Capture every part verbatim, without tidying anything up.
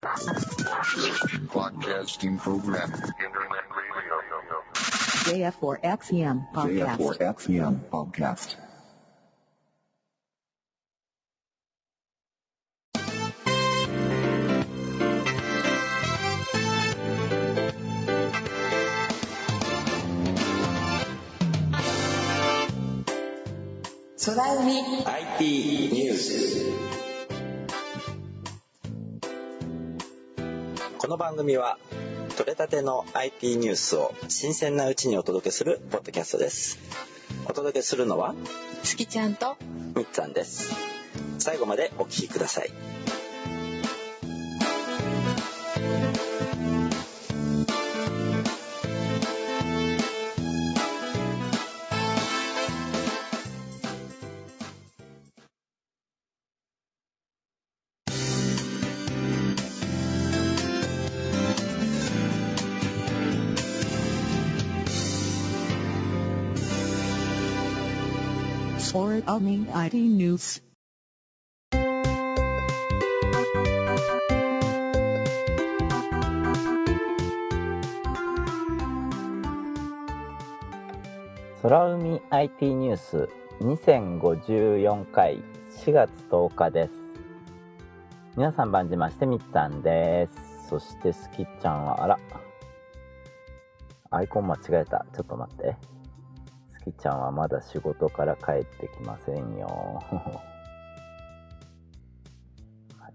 Broadcasting program. Internet radio. ジェイエフフォーエックスイーエムPodcast. ジェイエフフォーエックスイーエム Podcast. 空海アイティー ニュース。この番組は取れたての アイティー ニュースを新鮮なうちにお届けするポッドキャストです。お届けするのはすきちゃんとみっつぁんです。最後までお聞きください。 空海 アイティー ニュース。 空海 アイティー ニュースにせんごじゅうよんかいしがつとおかです。皆さん番じましてみっつぁんです。そしてすきちゃんはあらアイコン間違えた。ちょっと待って。すきちゃんはまだ仕事から帰ってきませんよ。はい、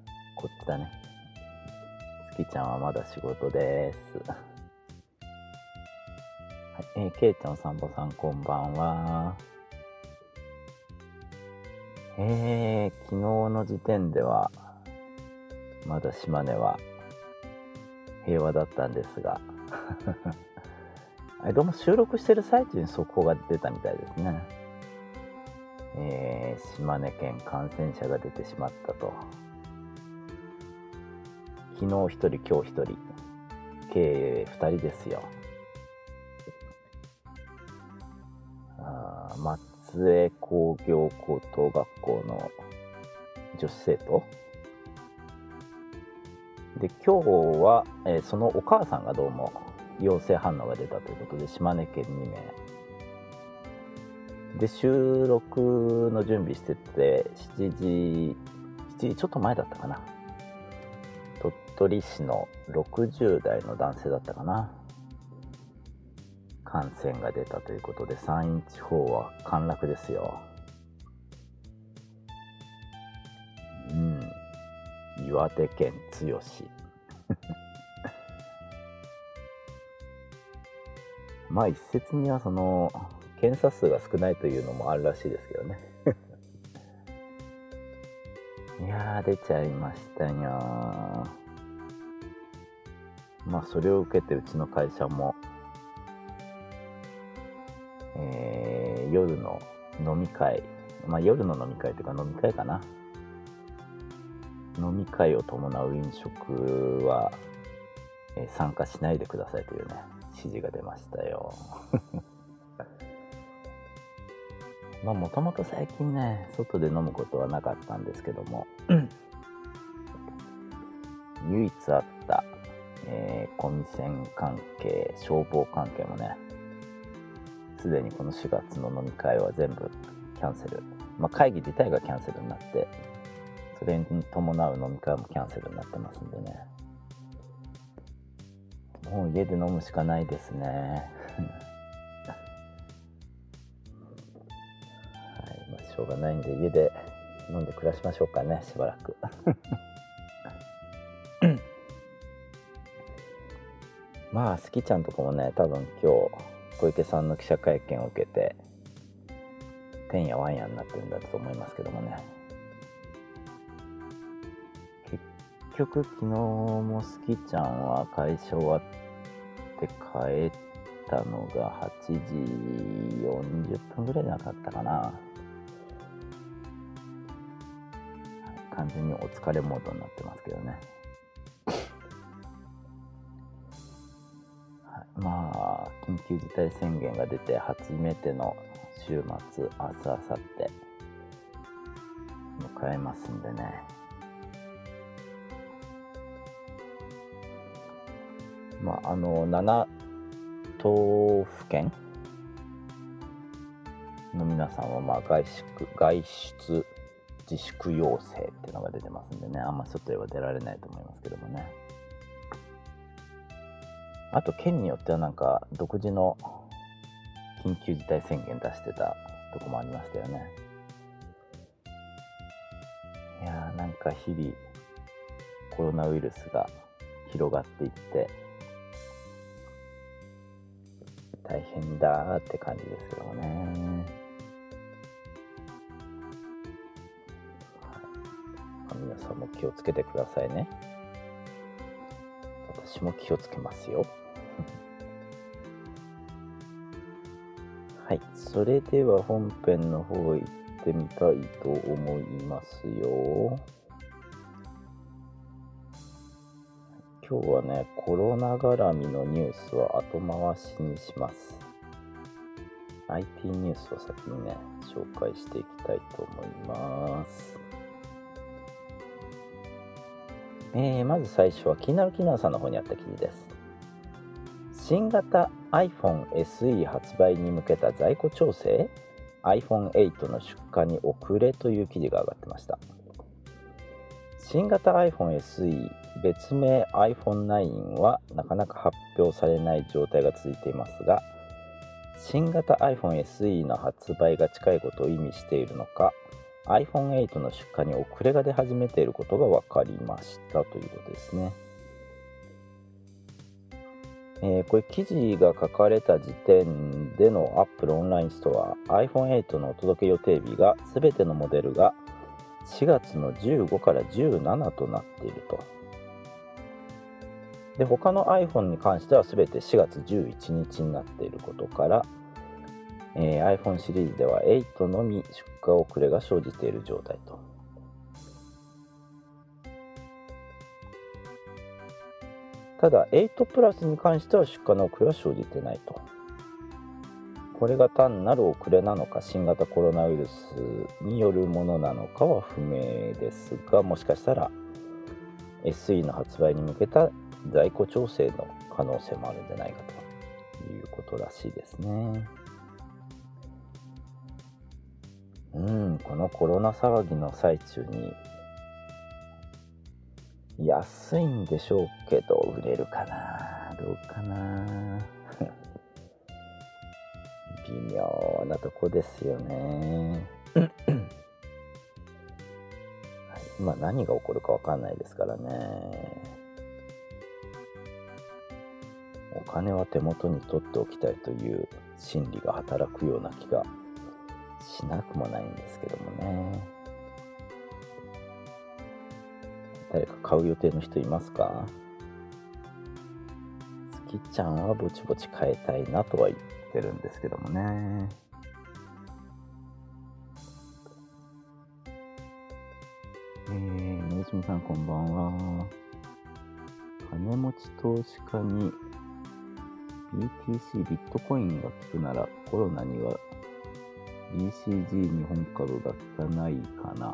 こっちだね。すきちゃんはまだ仕事です。はい、えー、けいちゃん、さんぼさん、こんばんは。えー、昨日の時点ではまだ島根は平和だったんですがどうも収録してる最中に速報が出たみたいですね。えー、島根県感染者が出てしまったと。昨日ひとり、今日ひとり、計ふたりですよ。あ、松江工業高等学校の女子生徒で、今日は、えー、そのお母さんがどうも陽性反応が出たということで島根県にめいで、収録の準備しててしちじしちじちょっと前だったかな。鳥取市のろくじゅうだいの男性だったかな、感染が出たということで山陰地方は陥落ですよ。うん、岩手県津吉まあ一説にはその検査数が少ないというのもあるらしいですけどねいやー出ちゃいましたよ。まあそれを受けてうちの会社も、えー、夜の飲み会、まあ夜の飲み会というか飲み会かな、飲み会を伴う飲食は、えー、参加しないでくださいというね指示が出ましたよまあもともと最近ね外で飲むことはなかったんですけども唯一あった、えー、コミセン関係、消防関係もねすでにこのしがつの飲み会は全部キャンセル、まあ会議自体がキャンセルになってそれに伴う飲み会もキャンセルになってますんでね、もう家で飲むしかないですねはい、まあ、しょうがないんで家で飲んで暮らしましょうかね、しばらくまあすきちゃんとかもね多分今日小池さんの記者会見を受けててんやわんやになってるんだと思いますけどもね、結局昨日もすきちゃんは会社終わって帰ったのがはちじよんじゅっぷんぐらいじゃなかったかな。完全にお疲れモードになってますけどねはい、まあ緊急事態宣言が出て初めての週末、明日、明後日迎えますんでね、 まあ、あのなな都府県の皆さんはまあ外出外出自粛要請っていうのが出てますんでね、あんま外へは出られないと思いますけどもね。あと県によってはなんか独自の緊急事態宣言出してたとこもありましたよね。いやー、なんか日々コロナウイルスが広がっていって大変だーって感じですけどもね。はい、皆さんも気をつけてくださいね。私も気をつけますよ。はい、それでは本編の方行ってみたいと思いますよ。今日はね、コロナ絡みのニュースは後回しにします。アイティー ニュースを先にね、紹介していきたいと思います。えー、まず最初は気になるキナーさんの方にあった記事です。新型 アイフォンエスイー 発売に向けた在庫調整、 アイフォンエイト の出荷に遅れという記事が上がってました。新型 アイフォンエスイー、 別名 アイフォンナイン はなかなか発表されない状態が続いていますが、新型 アイフォンエスイー の発売が近いことを意味しているのか、 アイフォンエイト の出荷に遅れが出始めていることが分かりましたということですね。えー、これ記事が書かれた時点での Apple オンラインストア アイフォンエイト のお届け予定日が全てのモデルがしがつのじゅうごからじゅうしちとなっていると。で、他の iPhone に関しては全てしがつじゅういちにちになっていることから、えー、iPhone シリーズではエイトのみ出荷遅れが生じている状態と。ただエイトプラスに関しては出荷の遅れは生じてないと。これが単なる遅れなのか、新型コロナウイルスによるものなのかは不明ですが、もしかしたら エスイー の発売に向けた在庫調整の可能性もあるんじゃないかということらしいですね。うん、このコロナ騒ぎの最中に安いんでしょうけど売れるかな、どうかな微妙なとこですよねはい、今何が起こるか分かんないですからね。お金は手元に取っておきたいという心理が働くような気がしなくもないんですけどもね。誰か買う予定の人いますか？スキちゃんはぼちぼち買いたいなとは言ってるんですけどもね。えー、のぞみさんこんばんは。金持ち投資家に ビーティーシー ビットコインが効くならコロナには ビーシージー 日本株が効かないかな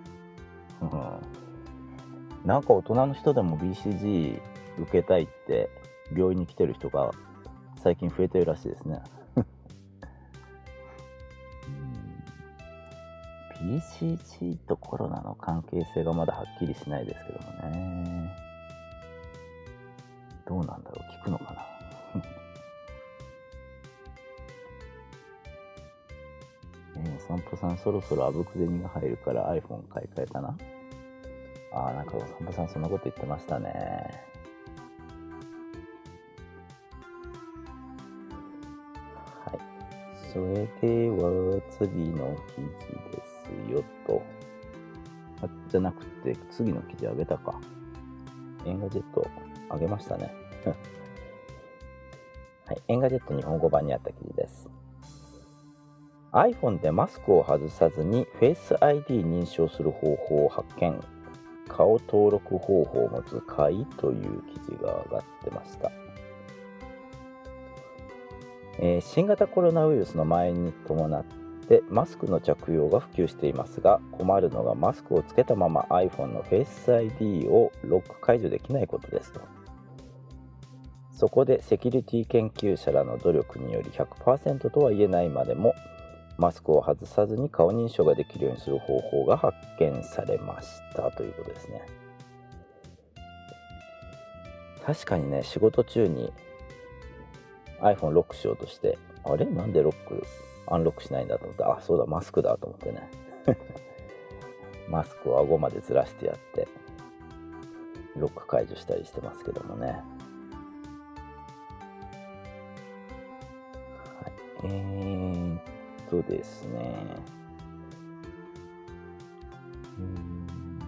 なんか大人の人でも ビーシージー 受けたいって病院に来てる人が最近増えてるらしいですねうん ビーシージー とコロナの関係性がまだはっきりしないですけどもね。どうなんだろう、効くのかなえー、散歩さんそろそろあぶく銭が入るから iPhone 買い替えたな。あー、なんかお散歩さんそんなこと言ってましたね。はい、それでは次の記事ですよと。あ、じゃなくて次の記事あげたか。エンガジェットあげましたねはい、エンガジェット日本語版にあった記事です。 iPhone でマスクを外さずに Face アイディー 認証する方法を発見、顔登録方法も図解という記事が上がってました。えー、新型コロナウイルスの蔓延に伴ってマスクの着用が普及していますが、困るのがマスクをつけたまま iPhone の Face アイディー をロック解除できないことですと。 そこでセキュリティ研究者らの努力により ひゃくパーセント とは言えないまでもマスクを外さずに顔認証ができるようにする方法が発見されましたということですね。確かにね、仕事中に iPhone ロックしようとして、あれなんでロックアンロックしないんだと思って、あ、そうだマスクだと思ってねマスクを顎までずらしてやってロック解除したりしてますけどもね。はい、えーっとですねうーん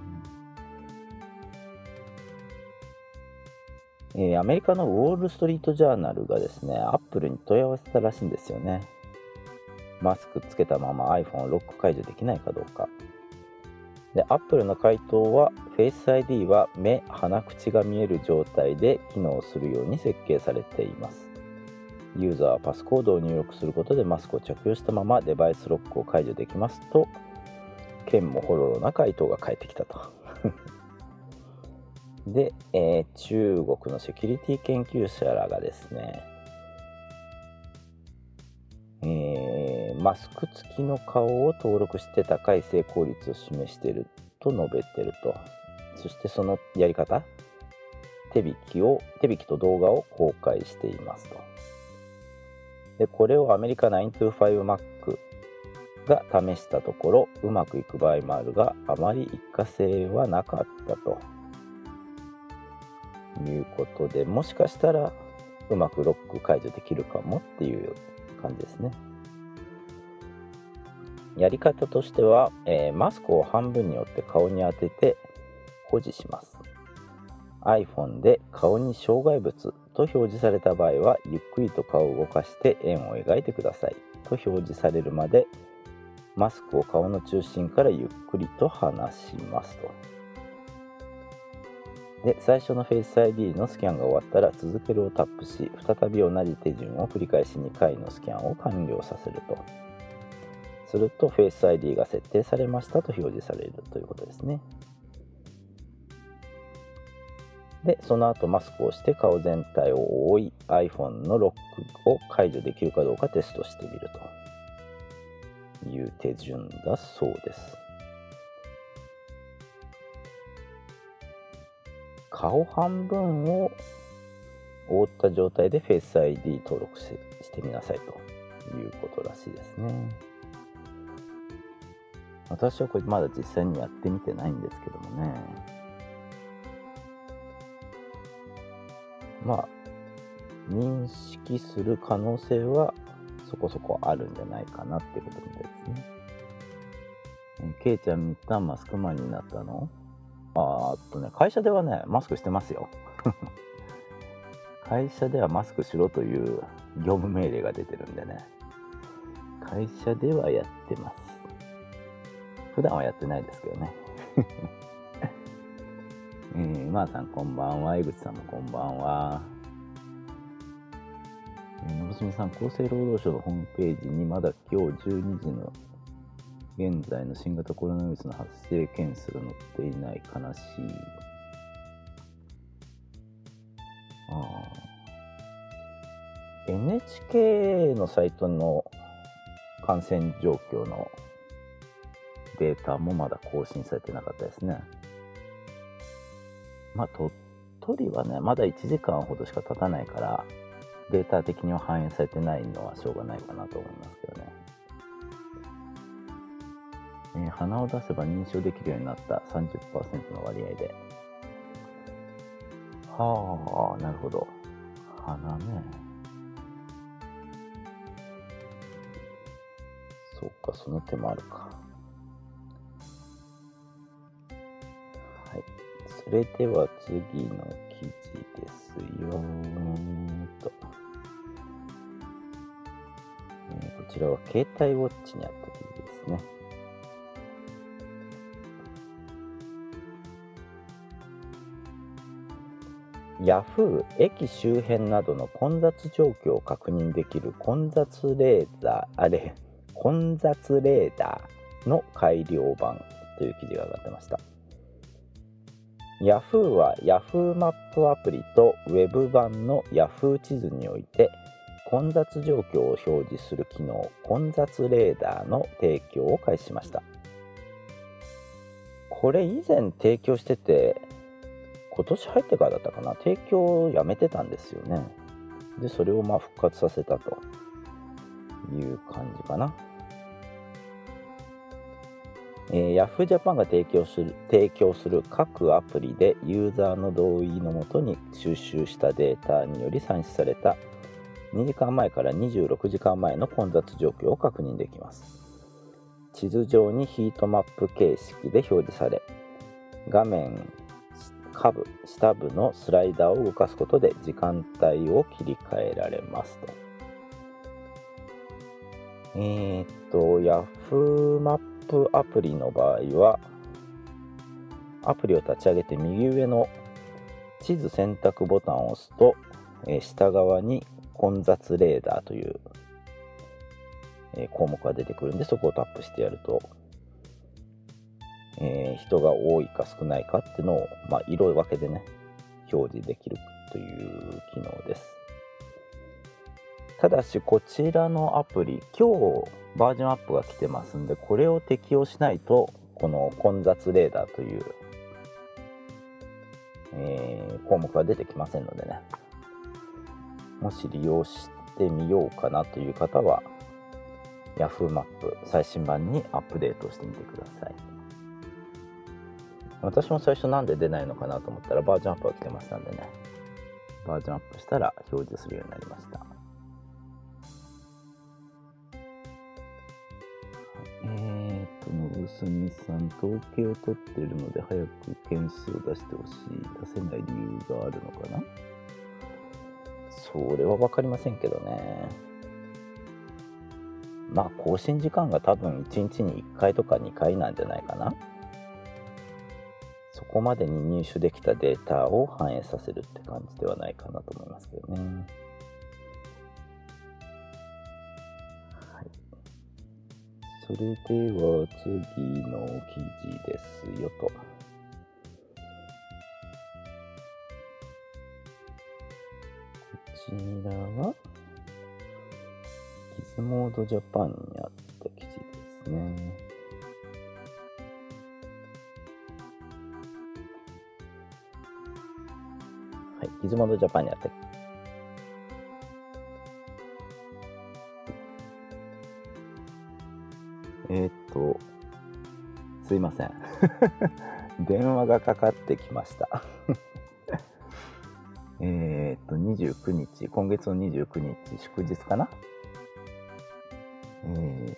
えー、アメリカのウォールストリートジャーナルがですね、アップルに問い合わせたらしいんですよね。マスクつけたまま iPhone をロック解除できないかどうか。で、アップルの回答は、Face アイディー は目、鼻、口が見える状態で機能するように設計されています。ユーザーはパスコードを入力することでマスクを着用したままデバイスロックを解除できますと、剣もほろろな回答が返ってきたと。で、えー、中国のセキュリティ研究者らがですね、えー、マスク付きの顔を登録して高い成功率を示していると述べていると。そしてそのやり方、手引きを手引きと動画を公開していますと。で、これをアメリカ ナインにーファイブマック が試したところ、うまくいく場合もあるが、あまり一過性はなかったということで、もしかしたらうまくロック解除できるかもっていう感じですね。やり方としては、えー、マスクを半分に折って顔に当てて保持します。 iPhone で顔に障害物と表示された場合は、ゆっくりと顔を動かして円を描いてくださいと表示されるまでマスクを顔の中心からゆっくりと離しますと。で、最初の Face アイディー のスキャンが終わったら、続けるをタップし、再び同じ手順を繰り返しにかいのスキャンを完了させると。すると Face アイディー が設定されましたと表示されるということですね。で、その後マスクをして顔全体を覆い、 iPhone のロックを解除できるかどうかテストしてみるという手順だそうです。顔半分を覆った状態で Face アイディー 登録 し, してみなさいということらしいですね。私はこれまだ実際にやってみてないんですけどもね。まあ認識する可能性はそこそこあるんじゃないかなってことみたいですね。えケイちゃん、一旦マスクマンになったの？あーっとね、会社ではね、マスクしてますよ。会社ではマスクしろという業務命令が出てるんでね。会社ではやってます。普段はやってないですけどね。えー、まーさんこんばんは。江口さんもこんばんは。えー、のぶすみさん、厚生労働省のホームページにまだ今日じゅうにじの現在の新型コロナウイルスの発生件数が載っていない。悲しい。あ エヌエイチケー のサイトの感染状況のデータもまだ更新されてなかったですね。まあ鳥取はね、まだいちじかんほどしか経たないからデータ的には反映されてないのはしょうがないかなと思いますけどね。えー、鼻を出せば認証できるようになった さんじゅっパーセント の割合で。はあ、なるほど。鼻ね。そっか、その手もあるか。はい。それでは次の記事ですよーと、えー、こちらは携帯ウォッチにあった記事ですね。ヤフー駅周辺などの混雑状況を確認できる混雑レーダー、あれ、混雑レーダーの改良版という記事が上がってました。 Yahoo は Yahoo マップアプリと Web 版の Yahoo 地図において混雑状況を表示する機能混雑レーダーの提供を開始しました。これ以前提供してて今年入ってからだったかな、提供をやめてたんですよね。でそれをまあ復活させたという感じかな。えー、Yahoo Japan が提供する、提供する各アプリでユーザーの同意のもとに収集したデータにより算出されたにじかんまえからにじゅうろくじかんまえの混雑状況を確認できます。地図上にヒートマップ形式で表示され、画面下部、下部のスライダーを動かすことで時間帯を切り替えられますと。えー、っと Yahoo マップアプリの場合はアプリを立ち上げて右上の地図選択ボタンを押すと、えー、下側に混雑レーダーという、えー、項目が出てくるんで、そこをタップしてやると、えー、人が多いか少ないかっていうのを、まあ、色分けでね表示できるという機能です。ただしこちらのアプリ今日バージョンアップが来てますんで、これを適用しないとこの混雑レーダーという、えー、項目が出てきませんのでね、もし利用してみようかなという方は Yahoo マップ最新版にアップデートしてみてください。私も最初なんで出ないのかなと思ったらバージョンアップが来てましたんでね、バージョンアップしたら表示するようになりました。えーと、のぶすみさん、統計を取っているので早く件数を出してほしい。出せない理由があるのかな。それは分かりませんけどね。まあ更新時間が多分いちにちにいっかいとかにかいなんじゃないかな。そこまでに入手できたデータを反映させるって感じではないかなと思いますけどね。はい、それでは次の記事ですよと。こちらはギズモードジャパンにあった記事ですね。はい、ギズモードジャパンにあったえー、っとすいません電話がかかってきましたえっとにじゅうくにち、今月のにじゅうくにち祝日かな、えー、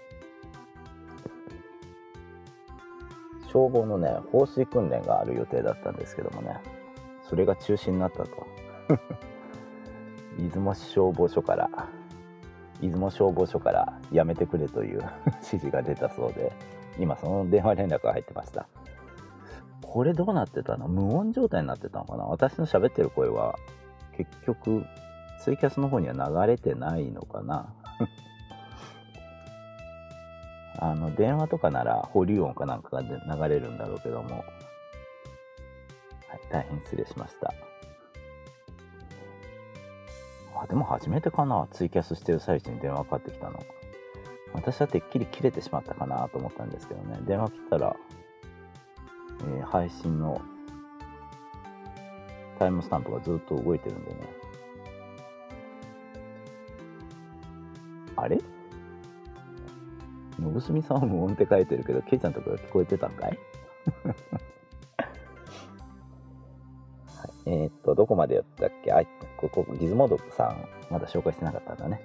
消防のね放水訓練がある予定だったんですけどもね、それが中止になったと出雲市消防署から出雲消防署からやめてくれという指示が出たそうで、今その電話連絡が入ってました。これどうなってたの？無音状態になってたのかな。私の喋ってる声は結局ツイキャスの方には流れてないのかなあの電話とかなら保留音かなんかが流れるんだろうけども、はい、大変失礼しました。あ、でも初めてかな、ツイキャスしてる最中に電話かかってきたの。私はてっきり切れてしまったかなと思ったんですけどね、電話来たら、えー、配信のタイムスタンプがずっと動いてるんでね。あれ？のぶすみさんは無音って書いてるけど、ケイちゃんのところ聞こえてたんかいはい、えー、っと、どこまでやったっけ？あ、ここ、ギズモードさん、まだ紹介してなかったんだね。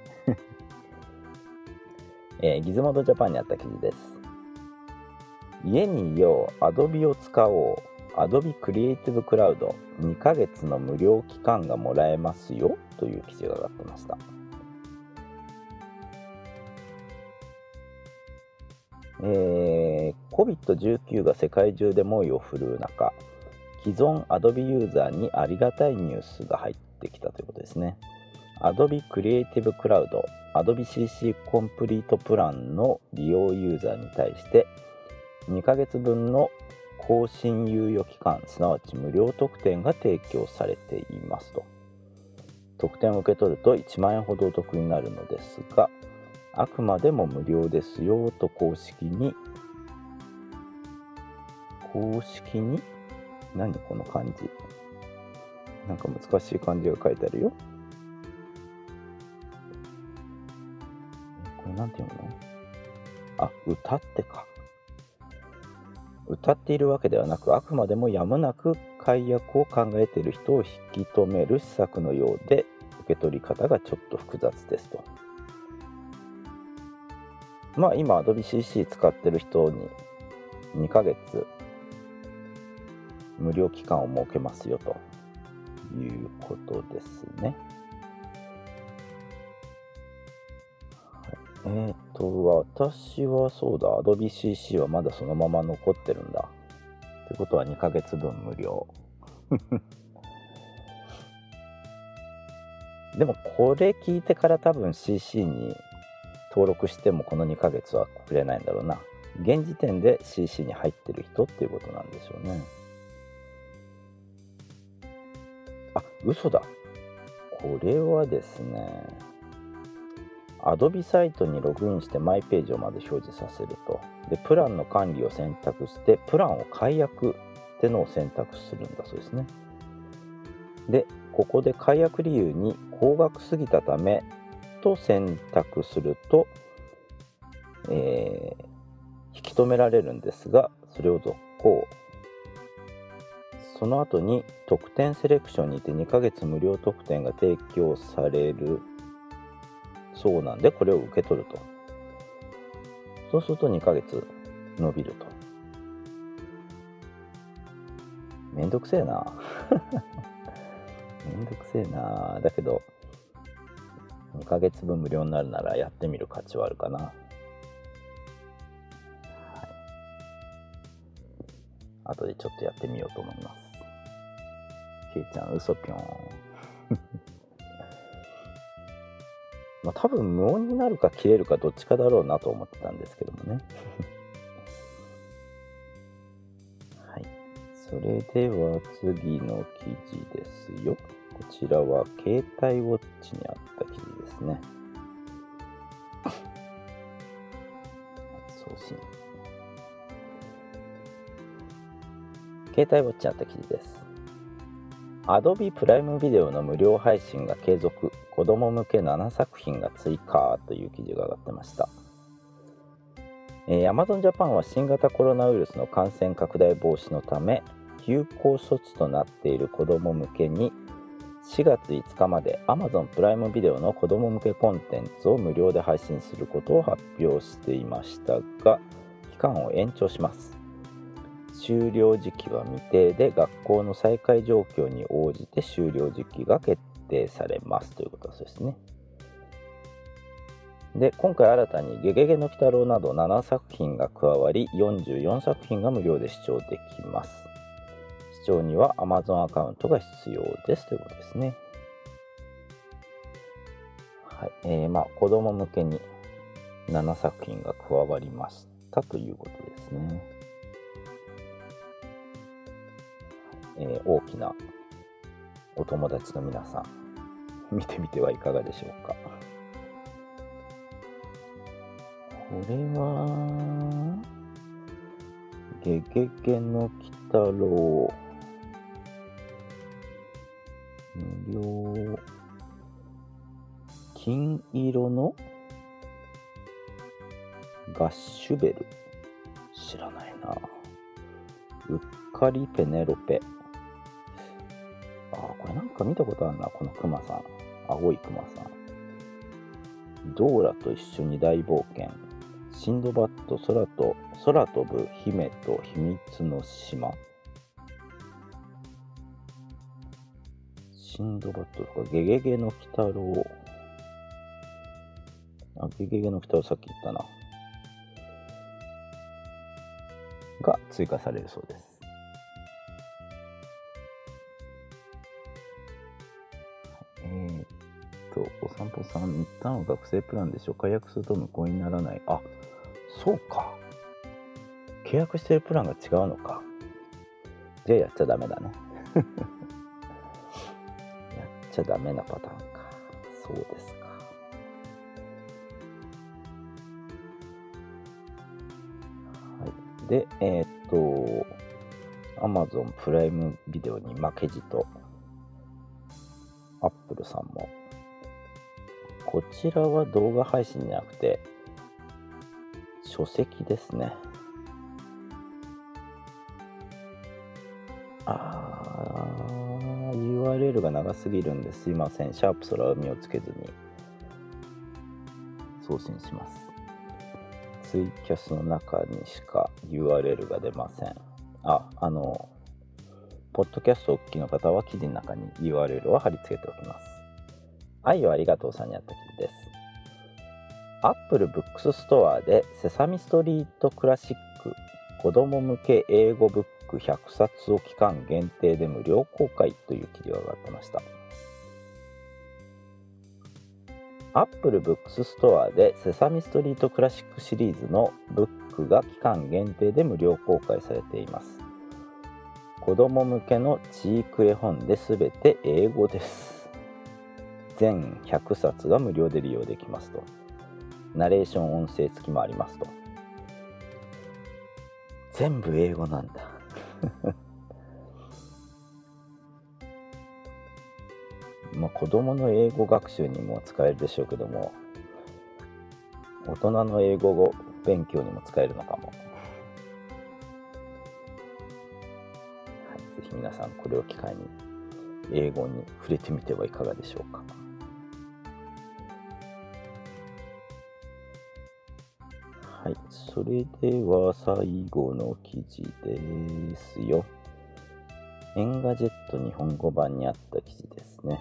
えー、ギズモードジャパンにあった記事です。家にいよう、Adobe を使おう、Adobe Creative Cloud にかげつの無料期間がもらえますよという記事が上がってました。えー、コビッドじゅうきゅう が世界中で猛威を振るう中、既存 Adobe ユーザーにありがたいニュースが入ってきたということですね。Adobe Creative Cloud、Adobe シーシー Complete プランの利用ユーザーに対してにかげつぶんの更新猶予期間、すなわち無料特典が提供されていますと。特典を受け取るといちまんえんほどお得になるのですが、あくまでも無料ですよと公式に公式に何この漢字、なんか難しい漢字が書いてあるよ。これなんていうの？あ、歌ってか。歌っているわけではなく、あくまでもやむなく解約を考えている人を引き止める施策のようで、受け取り方がちょっと複雑ですと。まあ今 Adobe シーシー 使ってる人ににかげつ無料期間を設けますよということですね。えーと、私はそうだ、Adobe シーシー はまだそのまま残ってるんだ。ってことはにかげつぶん無料。でもこれ聞いてから多分 シーシー に登録してもこのにかげつはくれないんだろうな。現時点で シーシー に入ってる人っていうことなんでしょうね。あ、嘘だ。これはですね、Adobe サイトにログインしてマイページをまで表示させると。で、プランの管理を選択して、プランを解約ってのを選択するんだそうですね。で、ここで解約理由に高額すぎたためと選択すると、えー、引き止められるんですが、それを続行。その後に特典セレクションにてにかげつ無料特典が提供されるそうなんで、これを受け取ると。そうするとにかげつ伸びると。めんどくせえな。めんどくせえな。だけどにかげつぶん無料になるならやってみる価値はあるかな。はい、後でちょっとやってみようと思います。けいちゃん嘘ぴょん。まあ多分無音になるか切れるかどっちかだろうなと思ってたんですけどもね。はい、それでは次の記事ですよ。こちらは携帯ウォッチにあった記事ですね。送信。携帯ウォッチにあった記事です。Adobe プライムビデオの無料配信が継続、子供向けななさく品が追加という記事が上がってました。えー、Amazon Japan は新型コロナウイルスの感染拡大防止のため、休校措置となっている子供向けにしがついつかまで Amazon プライムビデオの子供向けコンテンツを無料で配信することを発表していましたが、期間を延長します。終了時期は未定で、学校の再開状況に応じて終了時期が決定されますということですね。で、今回新たにゲゲゲの鬼太郎などななさく品が加わり、よんじゅうよんさく品が無料で視聴できます。視聴には Amazon アカウントが必要ですということですね。はい、えー、まあ子供向けにななさく品が加わりましたということですね。えー、大きなお友達の皆さん、見てみてはいかがでしょうか。これはゲゲゲの鬼太郎無料、金色のガッシュベル、知らないな。うっかりペネロペ、あ、これなんか見たことあるな、このクマさん、青いクマさん。ドーラと一緒に大冒険、シンドバッド、空と空飛ぶ姫と秘密の島。シンドバッドとかゲゲゲの鬼太郎、あ、ゲゲゲの鬼太郎さっき言ったな、が追加されるそうです。えー、っとお散歩さん、一旦は学生プランでしょ、解約すると無効にならない。あ、そうか、契約してるプランが違うのか。 じゃあやっちゃダメだねやっちゃダメなパターンか。そうですか。はい。でえー、っと Amazon プライムビデオに負けじと Apple さんも、こちらは動画配信じゃなくて書籍ですね。あー ユーアールエル が長すぎるんですいません。シャープ空海をつけずに送信します。ツイキャスの中にしか ユーアールエル が出ません。あ、あのポッドキャストをお聞きの方は記事の中に ユーアールエル を貼り付けておきます。愛をありがとうさんにあった記事です。Apple Books Store でセサミストリートクラシック子供向け英語ブックひゃくさつを期間限定で無料公開という記事が上がってました。Apple Books Store でセサミストリートクラシックシリーズのブックが期間限定で無料公開されています。子供向けの知育絵本で全て英語です。全ひゃくさつが無料で利用できますと。ナレーション音声付きもありますと。全部英語なんだまあ子供の英語学習にも使えるでしょうけども、大人の英語勉強にも使えるのかも。はい、ぜひ皆さんこれを機会に英語に触れてみてはいかがでしょうか。はい、それでは最後の記事ですよ。エンガジェット日本語版にあった記事ですね。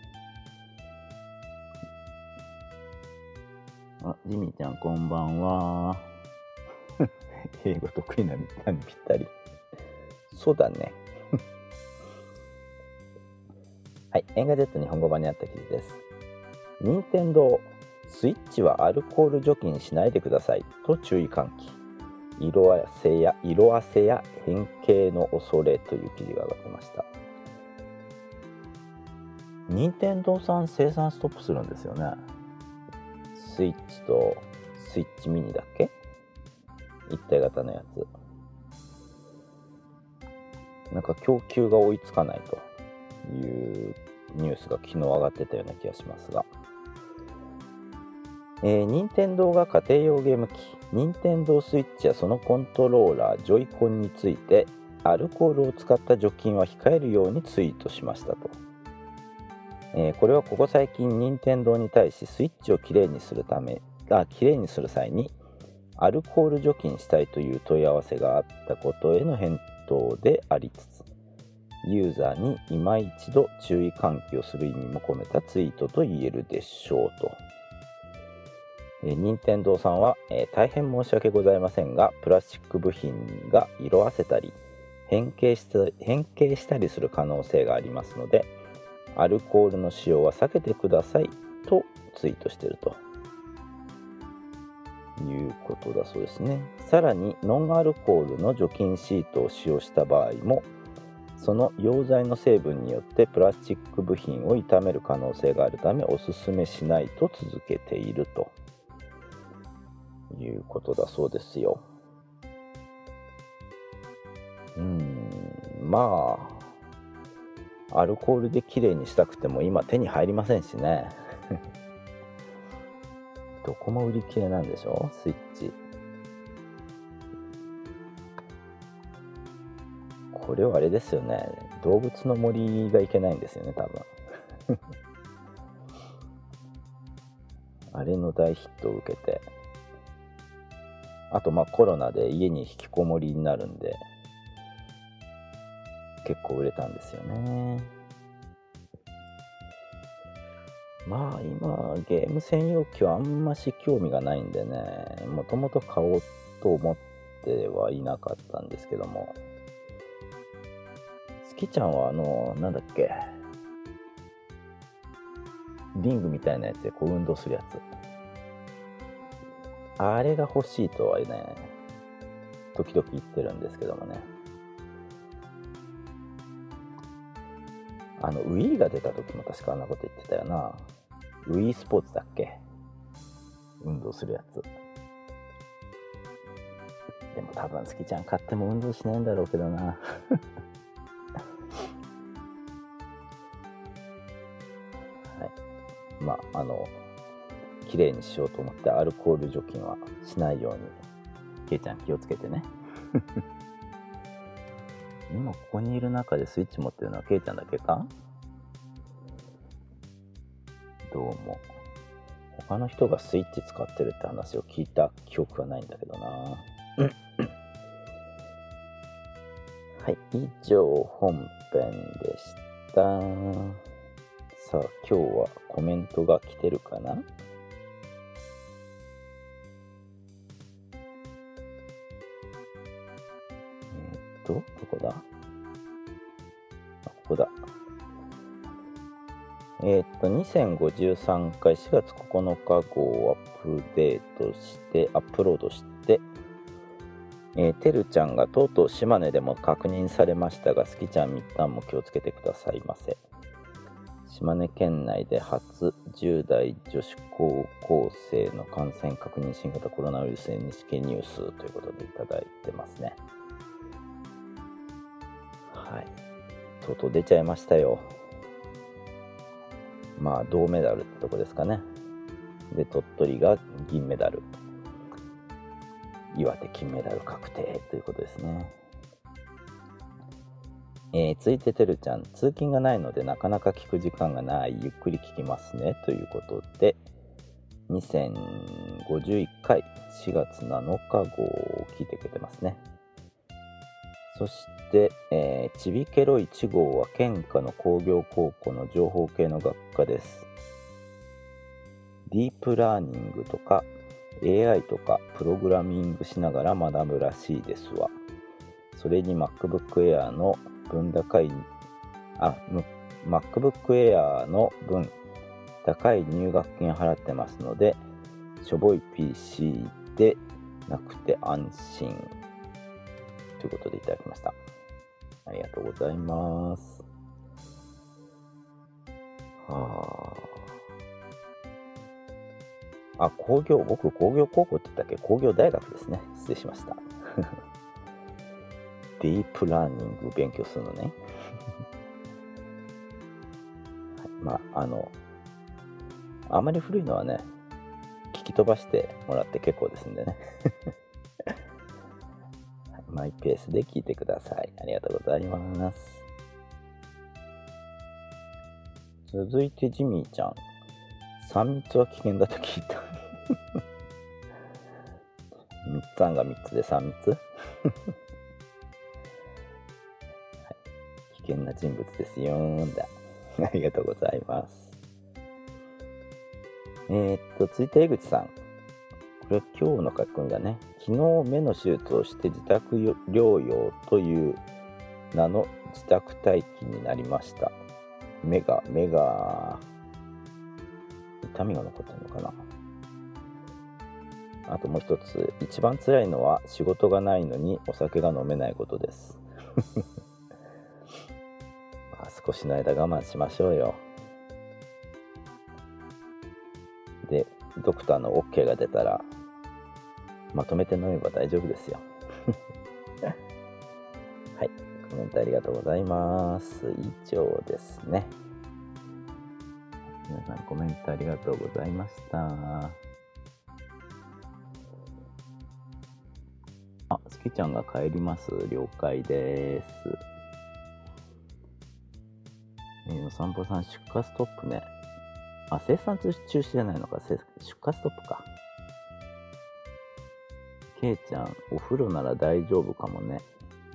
あ、ジミーちゃんこんばんは英語得意なみんなにぴったり。そうだねはい、エンガジェット日本語版にあった記事です。任天堂スイッチはアルコール除菌しないでくださいと注意喚起。色あせや色あせや変形の恐れという記事が上がってました。任天堂さん生産ストップするんですよね。スイッチとスイッチミニだっけ、一体型のやつ。なんか供給が追いつかないというニュースが昨日上がってたような気がしますが、えー、任天堂が家庭用ゲーム機任天堂スイッチやそのコントローラージョイコンについてアルコールを使った除菌は控えるようにツイートしましたと。えー、これはここ最近任天堂に対しスイッチをきれいにするためあきれいにする際にアルコール除菌したいという問い合わせがあったことへの返答でありつつ、ユーザーに今一度注意喚起をする意味も込めたツイートと言えるでしょうと。えー、任天堂さんは、えー、大変申し訳ございませんが、プラスチック部品が色あせたり変形した、変形したりする可能性がありますので、アルコールの使用は避けてくださいとツイートしているということだそうですね。さらにノンアルコールの除菌シートを使用した場合も、その溶剤の成分によってプラスチック部品を傷める可能性があるためおすすめしないと続けているということだそうですよ。うーん、まあアルコールできれいにしたくても今手に入りませんしねどこも売り切れなんでしょ、スイッチ。これはあれですよね、動物の森がいけないんですよね多分あれの大ヒットを受けて、あとまあコロナで家に引きこもりになるんで結構売れたんですよね。まあ今ゲーム専用機はあんまし興味がないんでね、もともと買おうと思ってはいなかったんですけども、スキちゃんはあのなんだっけ、リングみたいなやつでこう運動するやつ、あれが欲しいとはね時々言ってるんですけどもね、 あの Wii が出た時も確かあんなこと言ってたよな。 Wii スポーツだっけ、運動するやつ。でも多分好きちゃん買っても運動しないんだろうけどなはい、まああの綺麗にしようと思ってアルコール除菌はしないようにけいちゃん気をつけてね今ここにいる中でスイッチ持ってるのはけいちゃんだけか。どうも他の人がスイッチ使ってるって話を聞いた記憶はないんだけどなはい、以上本編でした。さあ今日はコメントが来てるかな。えー、っとどこだ、あここだ。えー、っとにせんごじゅうさんかいしがつここのか号をアップデートしてアップロードして、えー、てるちゃんがとうとう島根でも確認されましたが、すきちゃんみったんも気をつけてくださいませ。島根県内で初じゅう代女子高校生の感染確認、新型コロナウイルス エヌエイチケー ニュースということでいただいてますね。はい、とうとう出ちゃいましたよ。まあ銅メダルってとこですかね。で鳥取が銀メダル、岩手金メダル確定ということですね。えー、続いててるちゃん、通勤がないのでなかなか聞く時間がない、ゆっくり聞きますねということでにせんごじゅういっかいしがつなのか号を聞いてくれてますね。そして、えー、ちびけろいち号は県下の工業高校の情報系の学科です。ディープラーニングとか エーアイ とかプログラミングしながら学ぶらしいですわ。それに MacBook Air の分高いあ MacBook Air の分高い入学金払ってますので、しょぼい ピーシー でなくて安心ということでいただきました。ありがとうございます。はあ、あ工業僕工業高校って言ったっけ、工業大学ですね。失礼しましたディープラーニングを勉強するのねはい、まああのあまり古いのはね聞き飛ばしてもらって結構ですんでねマイペースで聞いてください。ありがとうございます。続いてジミーちゃん、さん密は危険だと聞いたみっつ案がみっつでさん密危険な人物ですよーんだありがとうございます。えー、っと続いて江口さん、これは今日の書き込みだね。昨日目の手術をして自宅療養という名の自宅待機になりました。目が目が痛みが残ってるのかな。あともう一つ、一番辛いのは仕事がないのにお酒が飲めないことですまあ少しの間我慢しましょうよ。でドクターの OK が出たらまとめて飲めば大丈夫ですよはい、コメントありがとうございます。以上ですね。皆さんコメントありがとうございました。あ、すきちゃんが帰ります。了解です。えー、お散歩さん出荷ストップね。あ、生産中止じゃないのか、出荷ストップか。けいちゃん、お風呂なら大丈夫かもね。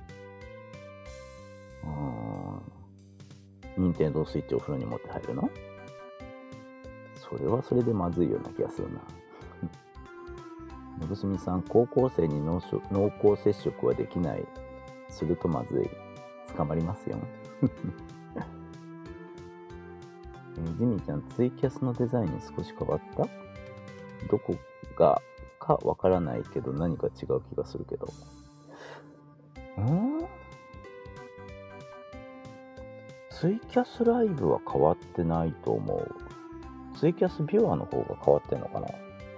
うーん。任天堂スイッチお風呂に持って入るの？それはそれでまずいような気がするな。のぶすみさん、高校生に濃厚接触はできない。するとまずい。捕まりますよ。えー、ジミーちゃん、ツイキャスのデザイン少し変わった？どこがかわからないけど何か違う気がするけど。ん？ ツイキャスライブは変わってないと思う。ツイキャスビュアーの方が変わってんのかな。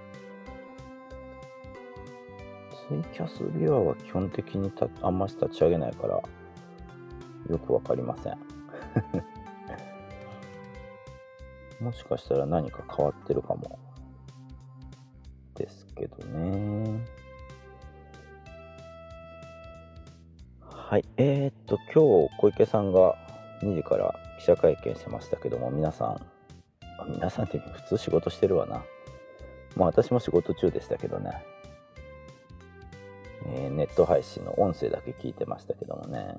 ツイキャスビュアーは基本的にたあんまし立ち上げないからよくわかりませんもしかしたら何か変わってるかもですけどね。はい、えー、っと今日小池さんがにじから記者会見してましたけども、皆さん皆さんって普通仕事してるわな。まあ私も仕事中でしたけどね、えー、ネット配信の音声だけ聞いてましたけどもね、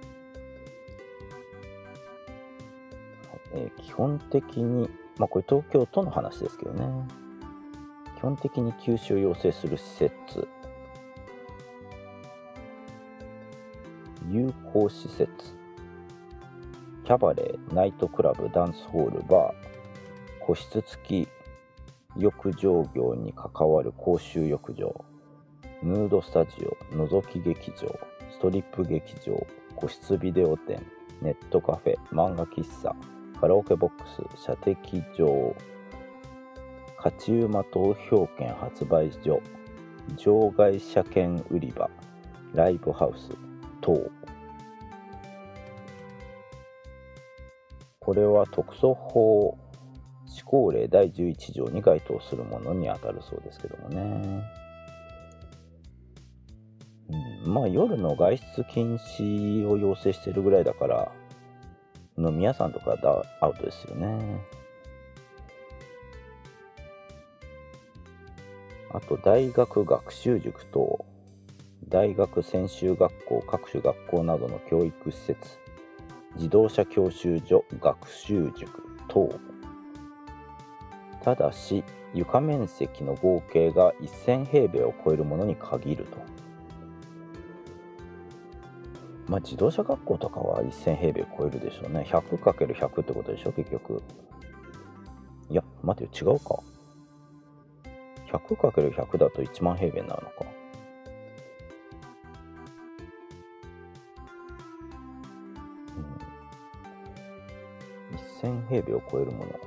えー、基本的にまあこれ東京都の話ですけどね、基本的に休止を要請する施設、有効施設、キャバレー、ナイトクラブ、ダンスホール、バー、個室付き浴場業に関わる公衆浴場、ヌードスタジオ、覗き劇場、ストリップ劇場、個室ビデオ店、ネットカフェ、漫画喫茶、カラオケボックス、射的場、勝ち馬投票券発売所、場外車券売り場、ライブハウス等。これは特措法施行令だいじゅういち条に該当するものにあたるそうですけどもね、うん、まあ夜の外出禁止を要請しているぐらいだから飲み屋さんとかだアウトですよね。あと大学学習塾等、大学専修学校、各種学校などの教育施設、自動車教習所、学習塾等。ただし床面積の合計がせん平米を超えるものに限ると。まあ自動車学校とかはせん平米を超えるでしょうね。 ひゃくかけるひゃく ってことでしょ結局。いや待てよ、違うか。 ひゃくかけるひゃく だといちまん平米になるのか。せん平米を超えるもの。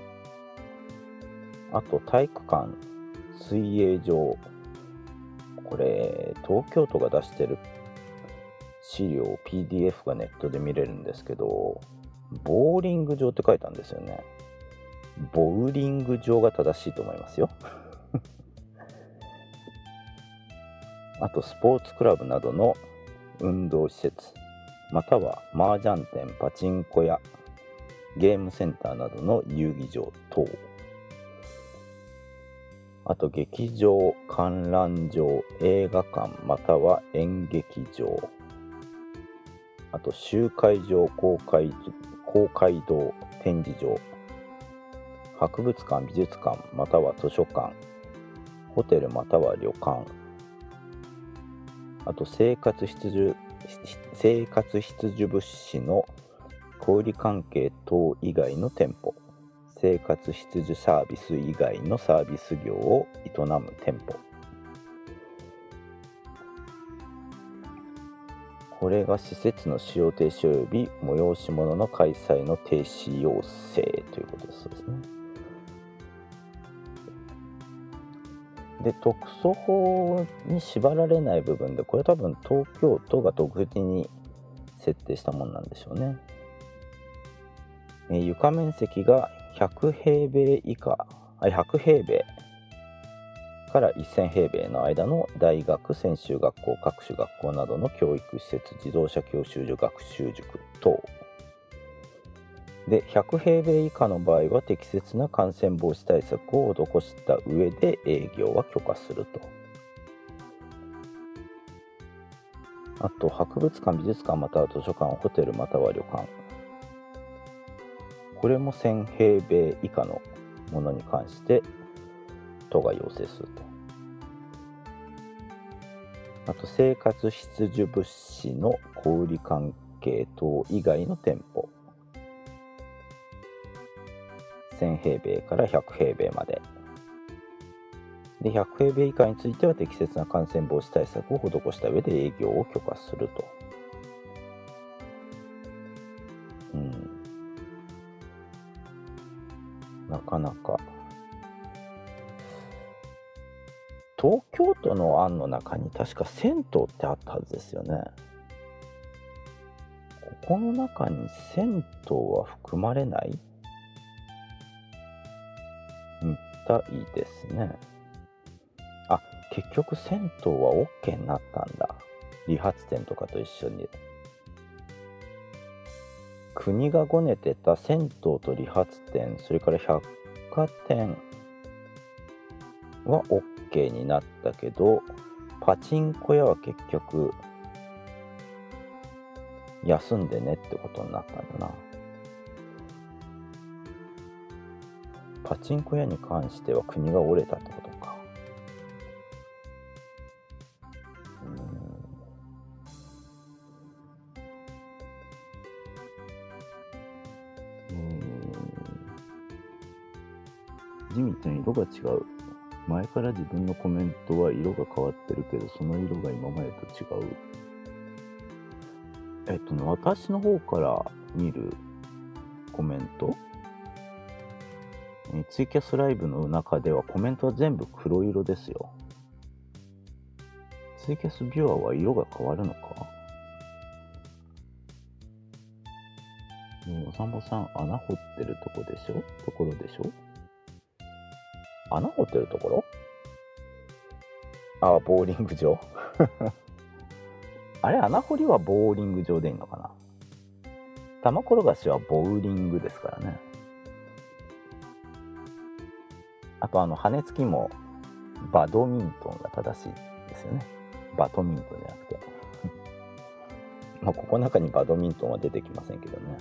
あと体育館、水泳場、これ東京都が出してる資料 ピーディーエフ がネットで見れるんですけど、ボーリング場って書いたんですよね。ボウリング場が正しいと思いますよあとスポーツクラブなどの運動施設、または麻雀店、パチンコ屋、ゲームセンターなどの遊技場等。あと劇場、観覧場、映画館または演劇場、あと集会場、公会、公会堂、展示場、博物館、美術館または図書館、ホテルまたは旅館、あと生活必需生活必需物資の小売関係等以外の店舗、生活必需サービス以外のサービス業を営む店舗。これが施設の使用停止及び催し物の開催の停止要請ということですね。で、特措法に縛られない部分で、これ多分東京都が独自に設定したものなんでしょうね。えー、床面積がひゃく平米以下、ひゃく平米からせん平米の間の大学、専修学校、各種学校などの教育施設、自動車教習所、学習塾等で、ひゃく平米以下の場合は適切な感染防止対策を施した上で営業は許可すると。あと博物館、美術館または図書館、ホテルまたは旅館、これもせん平米以下のものに関して都が要請すると。あと生活必需物資の小売関係等以外の店舗、せん平米からひゃく平米までで、ひゃく平米以下については適切な感染防止対策を施した上で営業を許可すると。うんなかなか。東京都の案の中に確か銭湯ってあったはずですよね。ここの中に銭湯は含まれないみたいですね。あ、結局銭湯は OK になったんだ。理髪店とかと一緒に。国がごねてた銭湯と理髪店、それから百貨店は OK になったけど、パチンコ屋は結局休んでねってことになったんだな。パチンコ屋に関しては国が折れたってことか。うーん。うーん。ジミーちゃん、色が違う。前から自分のコメントは色が変わってるけど、その色が今までと違う。えっとね、私の方から見るコメント、ツイキャスライブの中ではコメントは全部黒色ですよ。ツイキャスビュアーは色が変わるのか。ね、お散歩さん、穴掘ってるとこでしょところでしょ穴掘ってるところ。ああ、ボーリング場あれ、穴掘りはボーリング場でいいのかな。玉転がしはボウリングですからね。あと、あの羽根つきもバドミントンが正しいですよね。バドミントンじゃなくてまあここの中にバドミントンは出てきませんけどね。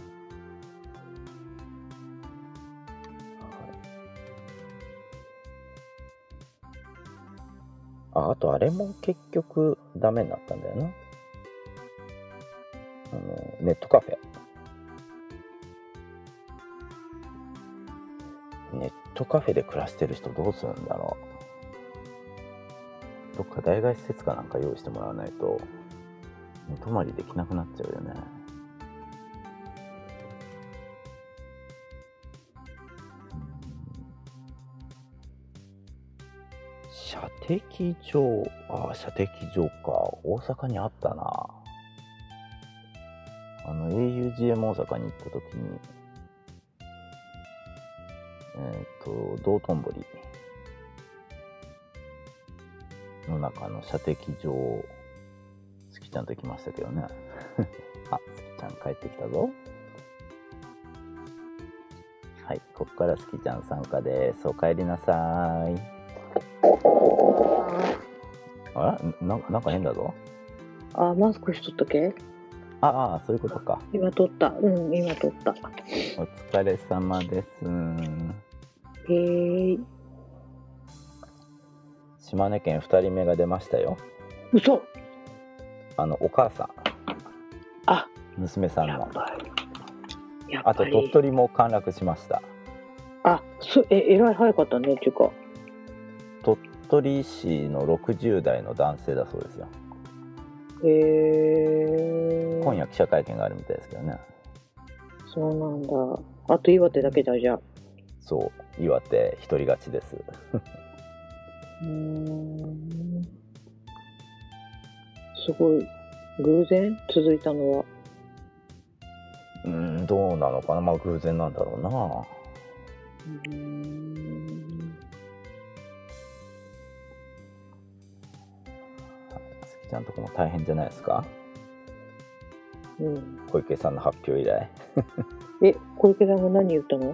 あ, あとあれも結局ダメになったんだよな。あのネットカフェ。ネットカフェで暮らしてる人どうするんだろう。どっか代替施設かなんか用意してもらわないと寝泊まりできなくなっちゃうよね。射的場、ああ、射的場か。大阪にあったな。あの エーユージーエム 大阪に行った時に、えっと道頓堀の中の射的場をスキちゃんと行きましたけどねあ、スキちゃん帰ってきたぞ。はい、ここからスキちゃん参加です。お帰りなさい。あら、な、なんか変だぞ。 あ、マスクしとったけ？ ああ、そういうことか。 今撮った。うん、今撮った。 お疲れ様です。 へーい。 島根県ふたりめが出ましたよ。 嘘。 あのお母さん。 あ、 娘さんの。 やっぱり。やっあとぱり鳥取も陥落しました。 あ、そええらい早かったねっていうか。 鳥取市のろくじゅう代の男性だそうですよ。 へえ。 今夜記者会見があるみたいですけどね。 そうなんだ。あと岩手だけだじゃあ。 そう、岩手一人勝ちです。 うーん。すごい偶然続いたのは。 うーん、どうなのかな。まあ偶然なんだろうな。 うーん。 スキちゃんとこも大変じゃないですか。 うん。 小池さんの発表以来。 え、小池さんが何言ったの？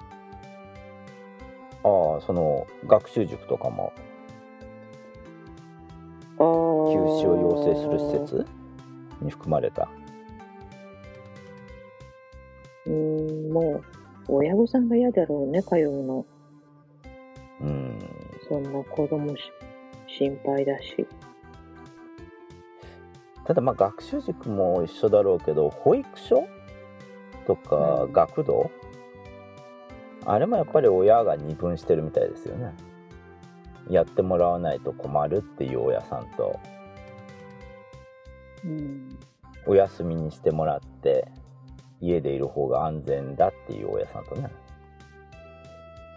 ああ、その学習塾とかもあー休止を要請する施設に含まれた。 うーん、もう親御さんが嫌だろうね、通うの。 うん。 そんな子供し心配だし。 ただまあ学習塾も一緒だろうけど、保育所とか学童、うん、あれもやっぱり親が二分してるみたいですよね。やってもらわないと困るっていう親さんと、 うん、 お休みにしてもらって家でいる方が安全だっていう親さんとね。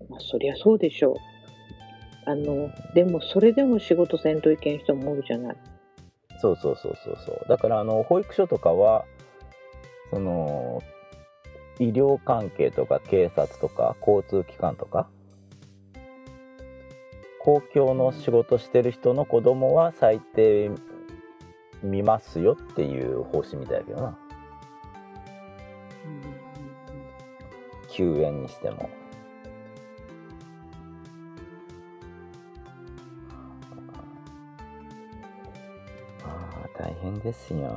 まあ、そりゃそうでしょう。あのでもそれでも仕事せんといけん人もおるじゃない。 そうそうそうそうそう。だからあの保育所とかはその医療関係とか警察とか交通機関とか公共の仕事してる人の子供は最低見ますよっていう方針みたいだけどな。休園にしても。ああ、大変ですよ。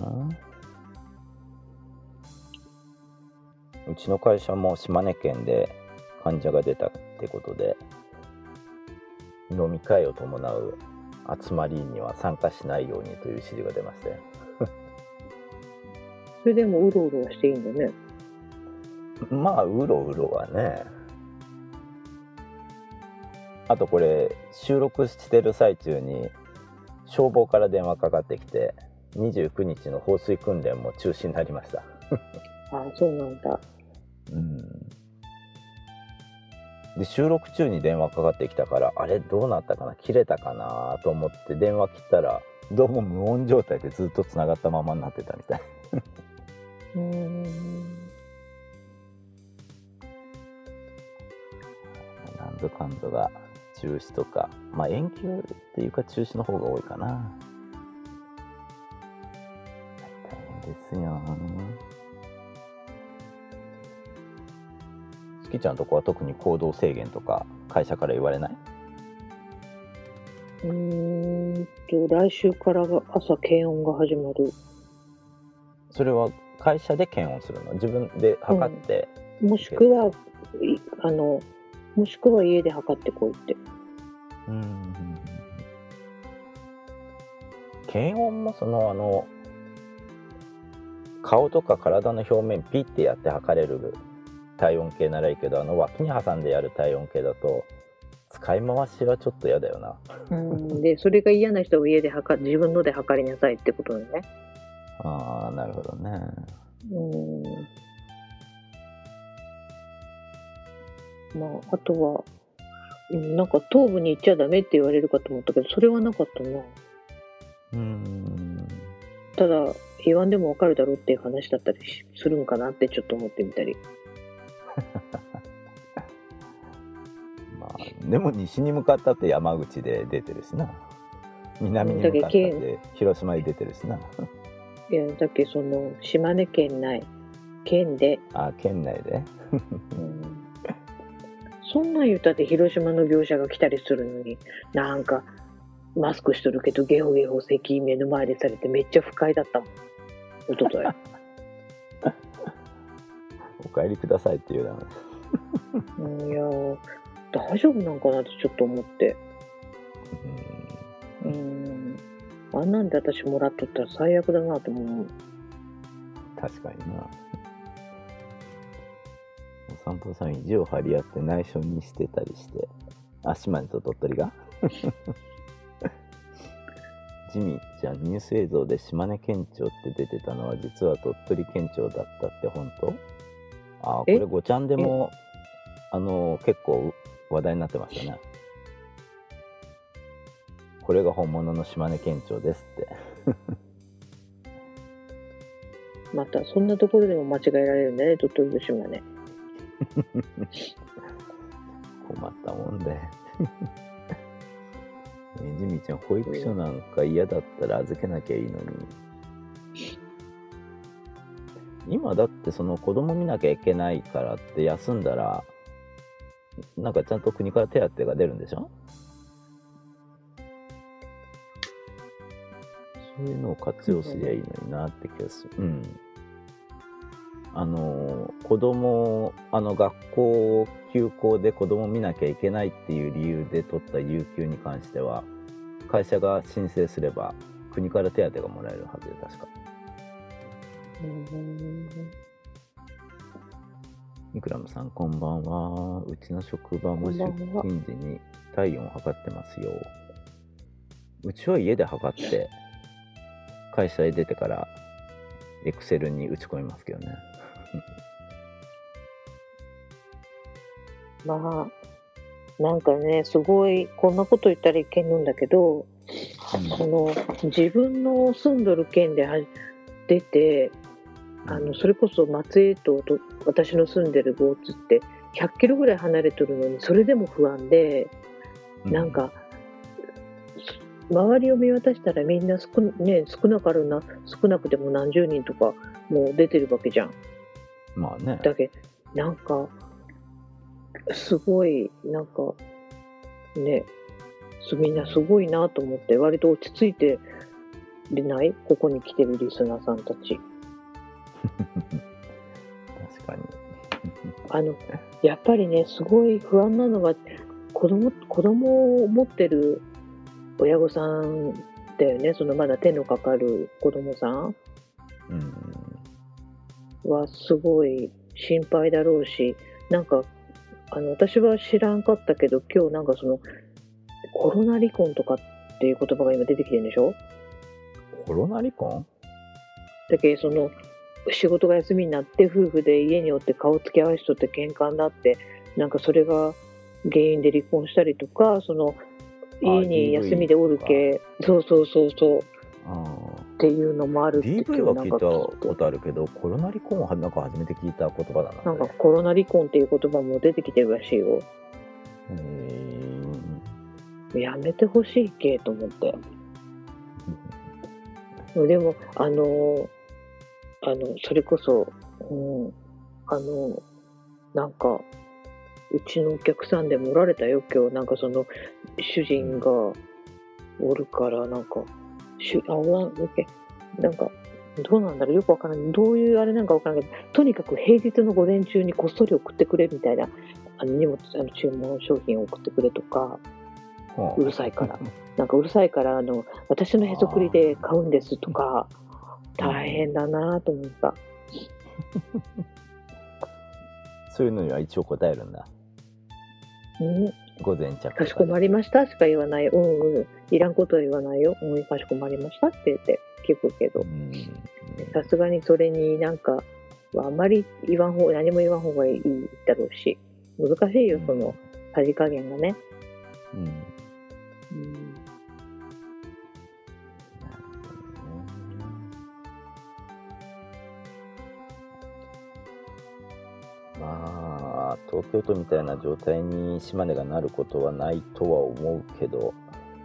うちの会社も島根県で患者が出たってことで、飲み会を伴う集まりには参加しないようにという指示が出ましたよ。 それでもうろうろはしていいんだね。 まあうろうろはね。あとこれ収録してる最中に消防から電話かかってきて、にじゅうくにちの放水訓練も中止になりました。 ああ、そうなんだ。 うん。で収録中に電話かかってきたから、あれどうなったかな、切れたかなと思って電話切ったら、どうも無音状態でずっとつながったままになってたみたい。 うーん。 なんぞかんぞが中止とか、まあ延期っていうか中止の方が多いかな。大変ですよ。すきちゃんとこは特に行動制限とか会社から言われない？ うーんと来週からが朝検温が始まる。 それは会社で検温するの？自分で測って、 うん、もしくはいあのもしくは家で測ってこいって。 うん。検温もそのあの顔とか体の表面ピッてやって測れる体温計ならいいけど、あの脇に挟んでやる体温計だと使い回しはちょっと嫌だよな。 うんでそれが嫌な人は家で測自分ので測りなさいってことだよね。 ああ、なるほどね。 うんまああとは、うん、なんか頭部に行っちゃダメって言われるかと思ったけど、それはなかったな。 うーん。 ただ言わんでもわかるだろうっていう話だったりするんかなってちょっと思ってみたり。 まあでも西に向かったって山口で出てるしな、南に向かったって広島で出てるしな。 いやだけその島根県内県で、 あ、県内で、 うん、そんなん言ったって広島の業者が来たりするのに、なんかマスクしとるけどゲホゲホ咳目の前でされてめっちゃ不快だったもん、おととい。 お帰りくださいって言うだめ。 うん、いや大丈夫なんかなってちょっと思って。うん、あんなんで私もらっとったら最悪だなと思う。 確かにな。お散歩さん意地を張り合って内緒にしてたりして、あ、島根と鳥取がジミーちゃん、ニュース映像で島根県庁って出てたのは実は鳥取県庁だったって本当？あ、これごちゃんでもあの結構話題になってましたね。これが本物の島根県庁ですって。 またそんなところでも間違えられるんだね、鳥取と島根。 困ったもんで。えジミーちゃん、保育所なんか嫌だったら預けなきゃいいのに。今だってその子供見なきゃいけないからって休んだらなんかちゃんと国から手当が出るんでしょ？そういうのを活用すりゃいいのになって気がする。うん。あの子供あの学校休校で子供見なきゃいけないっていう理由で取った有給に関しては会社が申請すれば国から手当がもらえるはずで、確か。イクラムさんこんばんは。うちの職場も出勤時に体温を測ってますよ。うちは家で測って会社へ出てからエクセルに打ち込みますけどね。 まあなんかね、すごいこんなこと言ったらいけんのんだけど、その自分の住んどる県では出て、あのそれこそ松江とと私の住んでる江津ってひゃっキロぐらい離れてるのに、それでも不安で、なんか周りを見渡したらみんな少,、ね、少なかるな少なくても何十人とかもう出てるわけじゃん。 まあね。 だけなんかすごいなんかね、みんなすごいなと思って、割と落ち着いてでない、ここに来てるリスナーさんたち。 確かに。 あのやっぱりね、すごい不安なのが子供子供を持ってる親御さんだよね。そのまだ手のかかる子供さんはすごい心配だろうし、なんかあの私は知らんかったけど、今日なんかそのコロナ離婚とかっていう言葉が今出てきてるんでしょ。 コロナ離婚だけどその仕事が休みになって夫婦で家におって顔つき合わしとって喧嘩になって、なんかそれが原因で離婚したりとか、その家に休みでおるけ、そうそうそうそうっていうのもあるって。 ディーブイ は聞いたことあるけど、コロナ離婚はなんか初めて聞いた言葉だな。 なんかコロナ離婚っていう言葉も出てきてるらしいよ。 へやめてほしいけと思って。でもあのあのそれこそ、うん、あのなんかうちのお客さんでもおられたよ今日。なんかその主人がおるから、なんかしゅあおらんなんかどうなんだろう、よくわからない、どういうあれなんかわからないけど、とにかく平日の午前中にこっそり送ってくれみたいな、あの荷物、あの注文商品を送ってくれとか、うるさいからなんかうるさいからあの私のへそくりで買うんですとか、大変だなと思った。 そういうのには一応答えるんだ。 うん、 午前着かしこまりましたしか言わない。うんうん、いらんことは言わないよ。うん、かしこまりましたって言って聞くけど、さすがにそれになんかあんまり言わん方、何も言わん方がいいだろうし、難しいよ、そのさじ加減がね。うんうん、 まあ東京都みたいな状態に島根がなることはないとは思うけど、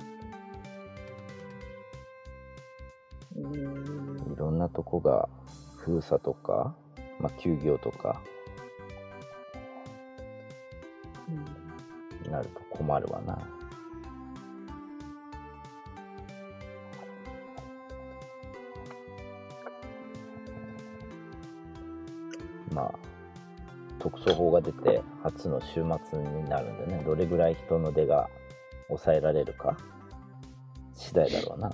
うん、いろんなとこが封鎖とか、まあ、休業とか、うん、なると困るわな。まあ、特措法が出て初の週末になるんでね、どれぐらい人の出が抑えられるか次第だろうな。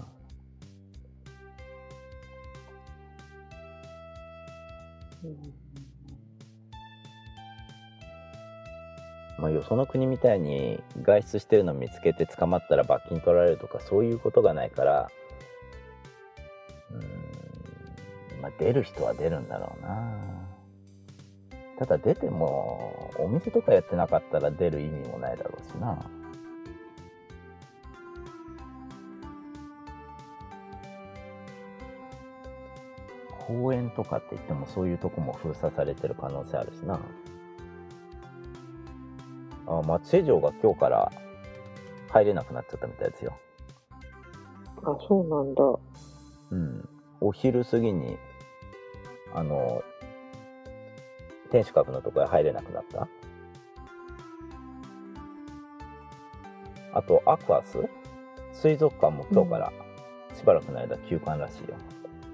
うん、まあ、よその国みたいに外出してるの見つけて捕まったら罰金取られるとかそういうことがないから、うーん、まあ、出る人は出るんだろうな。ただ出てもお店とかやってなかったら出る意味もないだろうしな。公園とかって言ってもそういうとこも封鎖されてる可能性あるしな。あ、松江城が今日から入れなくなっちゃったみたいですよ。 あ、そうなんだ。 うん。お昼過ぎにあの天守閣のところへ入れなくなった。あとアクアス水族館も今日からしばらくの間休館らしいよ。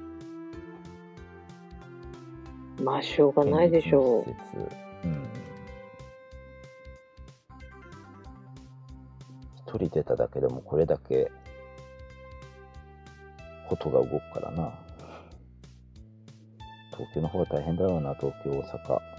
うん、まあしょうがないでしょう。うん。 一人出ただけでもこれだけことが動くからな。東京の方は大変だろうな。東京、大阪、ま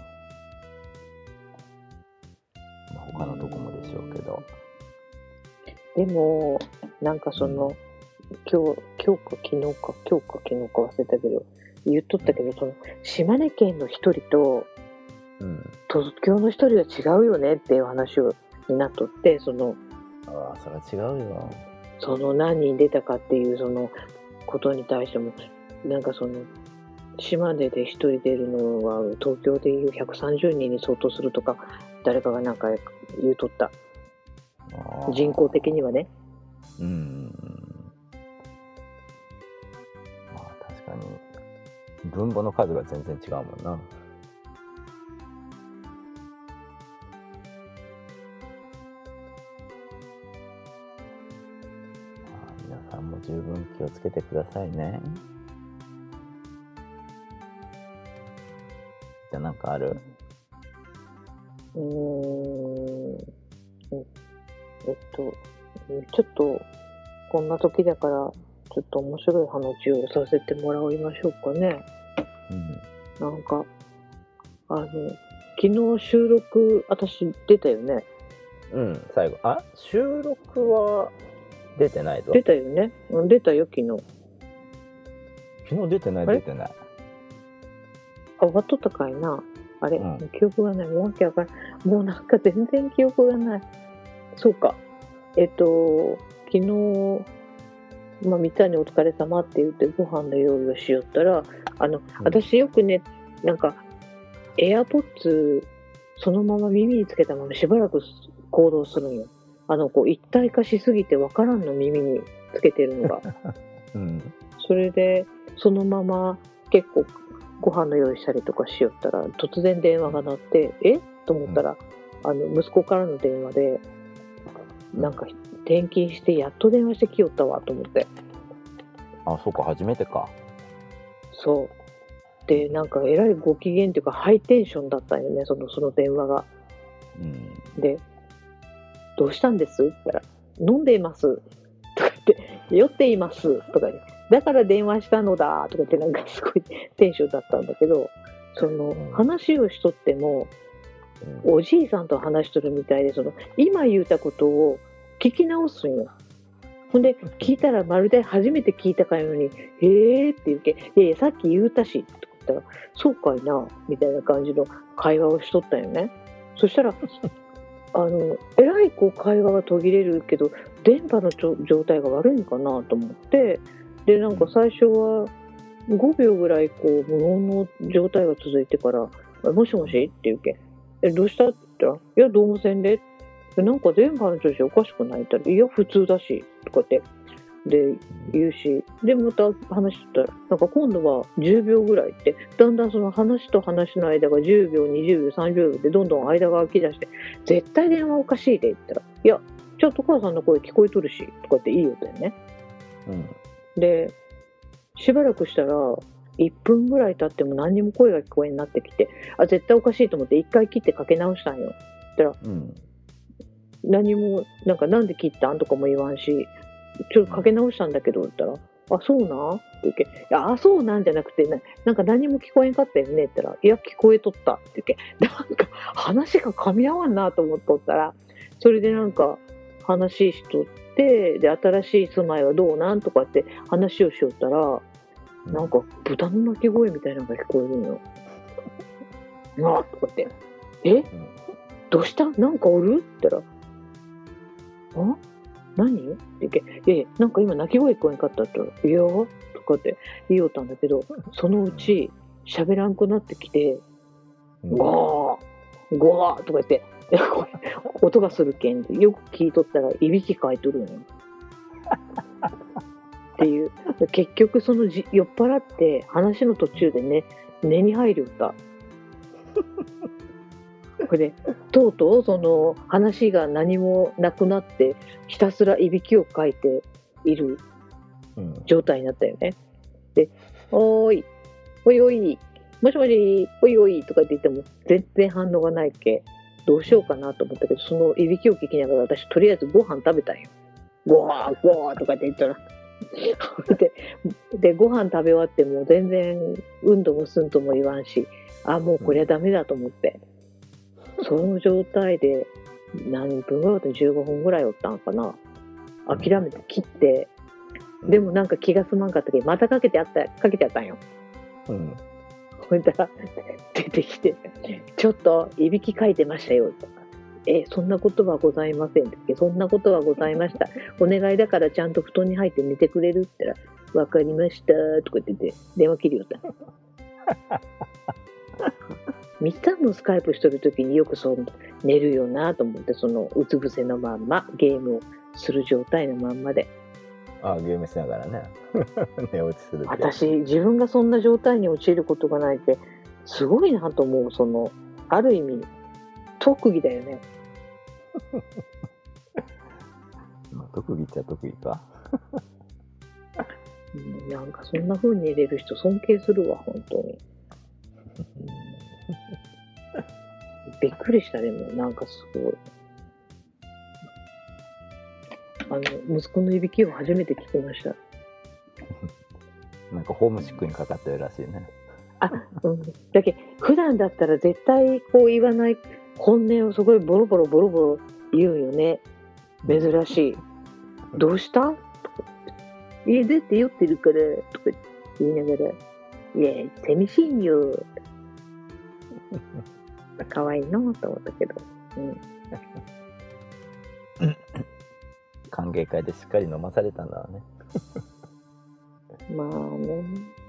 あ、他のとこもでしょうけど。 でもなんかその、うん、今日今日か昨日か今日か昨日か忘れたけど言っとったけど、その島根県の一人と、うん、 東京の一人は違うよねっていう話をになっとって、そのああ、それは違うよ。 その何人出たかっていうそのことに対しても、なんかその島根で一人出るのは東京でいうひゃくさんじゅうにんに相当するとか誰かがなんか言うとった。人口的にはね。 うん。まあ確かに分母の数が全然違うもんな。皆さんも十分気をつけてくださいね。じゃあなんかある？ うーん。えっとちょっとこんな時だからちょっと面白い話をさせてもらいましょうかね。 うん。 なんかあの昨日収録私出たよね。 うん、最後。あ、収録は出てないぞ。 出たよね。うん、出たよ昨日。 昨日出てない出てない。 あ、終わっとったかいな。あれ、 うん、 記憶がない。もうわけわかんない。もうなんか全然記憶がない。そうか。えっと昨日まあみたいにお疲れ様って言ってご飯の用意をしよったら、あの、うん、私よくねなんかエアポッツそのまま耳につけたまましばらく行動するんよ。あのこう一体化しすぎてわからんの耳につけてるのが、 うん、 それでそのまま結構ご飯の用意したりとかしよったら突然電話が鳴ってえと思ったら、うん、あの息子からの電話でなんか転勤してやっと電話してきよったわと思って。 あ、そうか、初めてか。 そうでなんかえらいご機嫌っていうかハイテンションだったんよね、そのその電話が、うん、でどうしたんですって言ったら飲んでいますとか言って酔っていますとか言ってだから電話したのだとか言ってなんかすごいテンションだったんだけど、その話をしとっても、うん、おじいさんと話しとるみたいでその今言うたことを聞き直すんよ。ほんで聞いたらまるで初めて聞いたかのように「へーって言うけ「いやいやさっき言うたし」とか言ったら「そうかいな」みたいな感じの会話をしとったよね。そしたらあのえらいこう会話が途切れるけど電波の状態が悪いのかなと思って、でなんか最初はごびょうぐらいこう無音の状態が続いてから「もしもし?」って言うけ「えどうした?」って言ったら「いやどうもせんで」なんか電波の調子おかしくないって言ったら「いや普通だし」とかってで言うし、でまた話したらなんか今度はじゅうびょうぐらいってだんだんその話と話の間がじゅうびょうにじゅうびょうさんじゅうびょうでどんどん間が空き出して「絶対電話おかしいで」って言ったら「いやちょっと母さんの声聞こえとるし」とかっていいよだよね、うん、でしばらくしたらいっぷんぐらい経っても何にも声が聞こえになってきて、あ絶対おかしいと思っていっかい切ってかけ直したんよ。そしたら、うん何もなんかなんで切ったんとかも言わんし、ちょっとかけ直したんだけどって言ったら、あそうなんって言うけ、いやあそうなんじゃなくて、ね、なんか何も聞こえんかったよねって言ったら、いや聞こえとったって言うけ、なんか話が噛み合わんなと思っとったら、それでなんか話しとってで新しい住まいはどうなんとかって話をしよったら、なんか豚の鳴き声みたいなのが聞こえるのよ。なあとかってえどうしたなんかおるって言ったらあ何って言って、いやいやなんか今鳴き声聞こえんかったって言ったらいやとかって言いよったんだけど、そのうち喋らんくなってきて、ゴーゴーとか言って音がするけんでよく聞いとったらいびきかいとるんよっていう結局そのじ酔っ払って話の途中でね寝に入りよったこれでとうとうその話が何もなくなってひたすらいびきをかいている状態になったよね、うん、でおーいおいおいもしもしおいおいとかって言っても全然反応がないけどうしようかなと思ったけど、そのいびきを聞きながら私とりあえずご飯食べたんよ。ご飯ご飯とかって言ったらで, でご飯食べ終わっても全然うんともすんとも言わんし、あもうこれはダメだと思って、うん、その状態で何分ぐらいとじゅうごふんぐらいおったんかな。諦めて切って、でもなんか気が済まんかったけどまたかけてあったかけてあったんよ、うん、 ほんだら出てきて「ちょっといびきかいてましたよ」とか「えそんなことはございません」って「そんなことはございましたお願いだからちゃんと布団に入って寝てくれる」って言ったら「わかりました」とか言ってて電話切るよったみっつぁんのスカイプしとる時によくそう寝るよなと思って、そのうつ伏せのまんまゲームをする状態のまんまで、 あゲームしながらね寝落ちするって。 私自分がそんな状態に陥ることがないってすごいなと思う。そのある意味特技だよね。 まあ特技っちゃ特技かうんなんかそんな風に寝れる人尊敬するわ本当に。びっくりしたね。もうなんかすごいあの息子のいびきを初めて聞きました。 なんかホームシックにかかってるらしいね。 あ、うん、だけど普段だったら絶対こう言わない本音をすごいボロボロボロボロ言うよね。珍しい。どうした？とか言って、いやだって酔ってるからとか言いながら、いや寂しいよ。可愛いのと思ったけど、うん、 歓迎会でしっかり飲まされたんだわね。 まあね、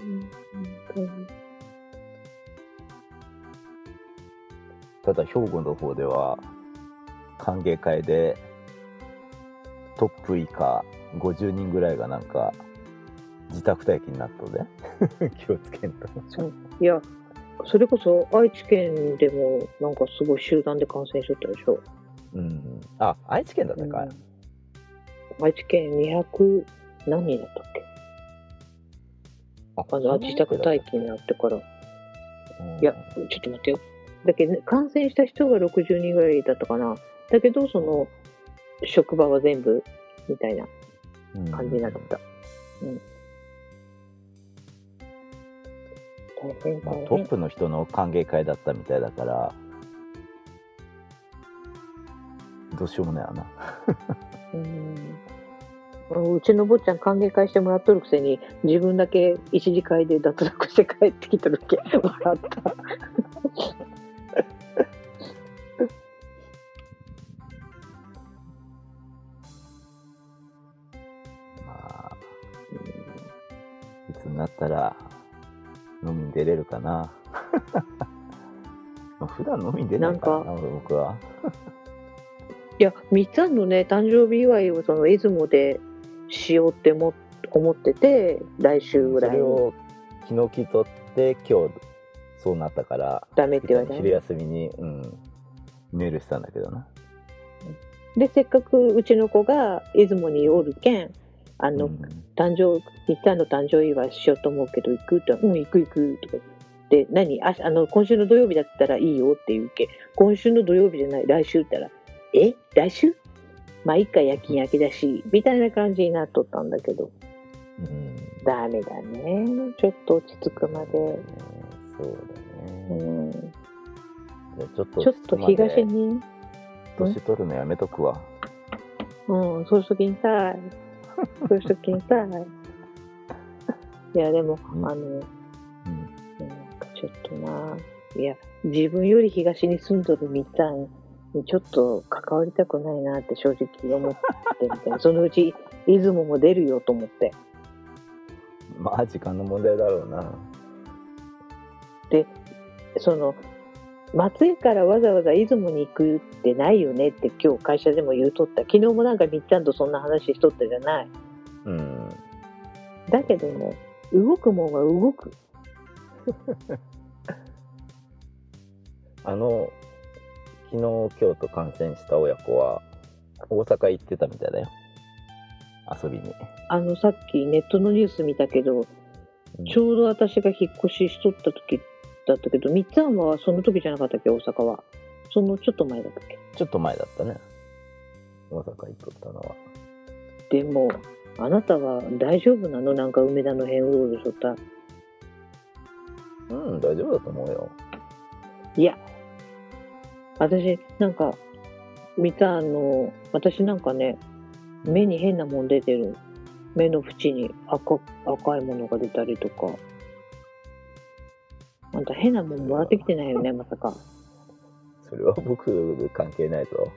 ただ兵庫の方では歓迎会でトップ以下ごじゅうにんぐらいがなんか自宅待機になったので気をつけんと。 いやそれこそ愛知県でもなんかすごい集団で感染しとったでしょ。 うん、あ愛知県だったかい、 うん、愛知県にひゃく何人だったっけ。 ああの自宅待機になってから、 うん、 いやちょっと待ってよ。だけど、ね、感染した人がろくじゅうにんぐらいだったかな。だけどその職場は全部みたいな感じになってた、うんうん、大変大変。 トップの人の歓迎会だったみたいだからどうしようもないわな。 うんうちの坊ちゃん歓迎会してもらっとるくせに自分だけ一次会で脱落して帰ってきた時笑ったまあいつになったら飲みに出れるかな。普段飲みに出ないからな、僕は。 いやみっつぁんのね誕生日祝いをその出雲でしようっても思ってて、来週ぐらいに。 それを昨日聞いとって今日そうなったからダメって言われた。 昼休みに、うん、メールしたんだけどな。 でせっかくうちの子が出雲におるけんあの、うん、誕生みっつぁんの誕生日祝いしようと思うけど行くって、うん行く行くとか言って、何ああの今週の土曜日だったらいいよって言うけ、今週の土曜日じゃない来週って言ったらえ来週まあ一回夜勤明けだしみたいな感じになっとったんだけど、うん、ダメだねちょっと落ち着くまで、ね、 そうだね、 うん、 じゃあちょっとちょっと東に年取るのやめとくわ。 うんそうしときんさいそうしときんさい。いやでも、うん、あの、うん、なんかちょっとないや自分より東に住んどるみたいにちょっと関わりたくないなって正直思ってみたいな。そのうち出雲も出るよと思って。 まあ時間の問題だろうな。 でその松江からわざわざ出雲に行くってないよねって今日会社でも言うとった。昨日もなんかみっちゃんとそんな話しとったじゃない。うん。だけどね動くもんは動く。 あの昨日今日と感染した親子は大阪行ってたみたいだよ、遊びに。 あのさっきネットのニュース見たけど、うん、ちょうど私が引っ越ししとった時だったけど、みっつぁんはその時じゃなかったっけ、大阪は。そのちょっと前だったっけ。 ちょっと前だったね、大阪行っとったのは。 でもあなたは大丈夫なの？なんか梅田の辺うろうろしとった。 うん大丈夫だと思うよ。 いや私なんか見たあの私なんかね目に変なもん出てる。目の縁に 赤, 赤いものが出たりとか。 あんた変なもんもらってきてないよね、まさか。 それは僕関係ないぞ。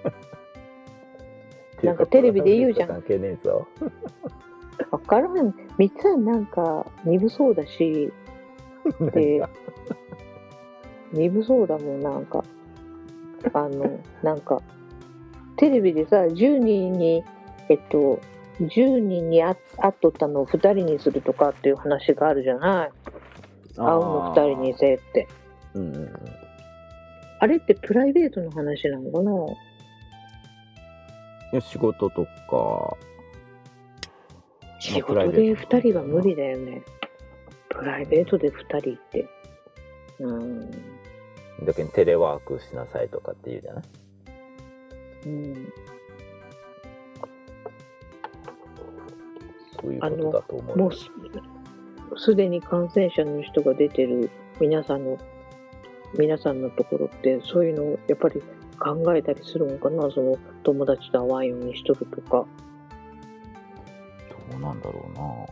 なんかテレビで言うじゃん関係ねえぞ。 わからん。みっつはなんか鈍そうだし、で、鈍そうだもん、なんか。あの、なんか、テレビでさ、じゅうにんに、えっと、じゅうにんに会っとったのをふたりにするとかっていう話があるじゃない。会うのふたりにせって。 うんうんうん。 あれってプライベートの話なのかな。 いや仕事とか。 仕事でふたりは無理だよね。プライベートでふたりって。うん。 だけどテレワークしなさいとかって言うじゃない。 うん。 そういうことだと思う。 もうすすでに感染者の人が出てる皆さんの皆さんのところってそういうのをやっぱり考えたりするのかな。その友達と会わんようにしとるとか。 どうなんだろうな。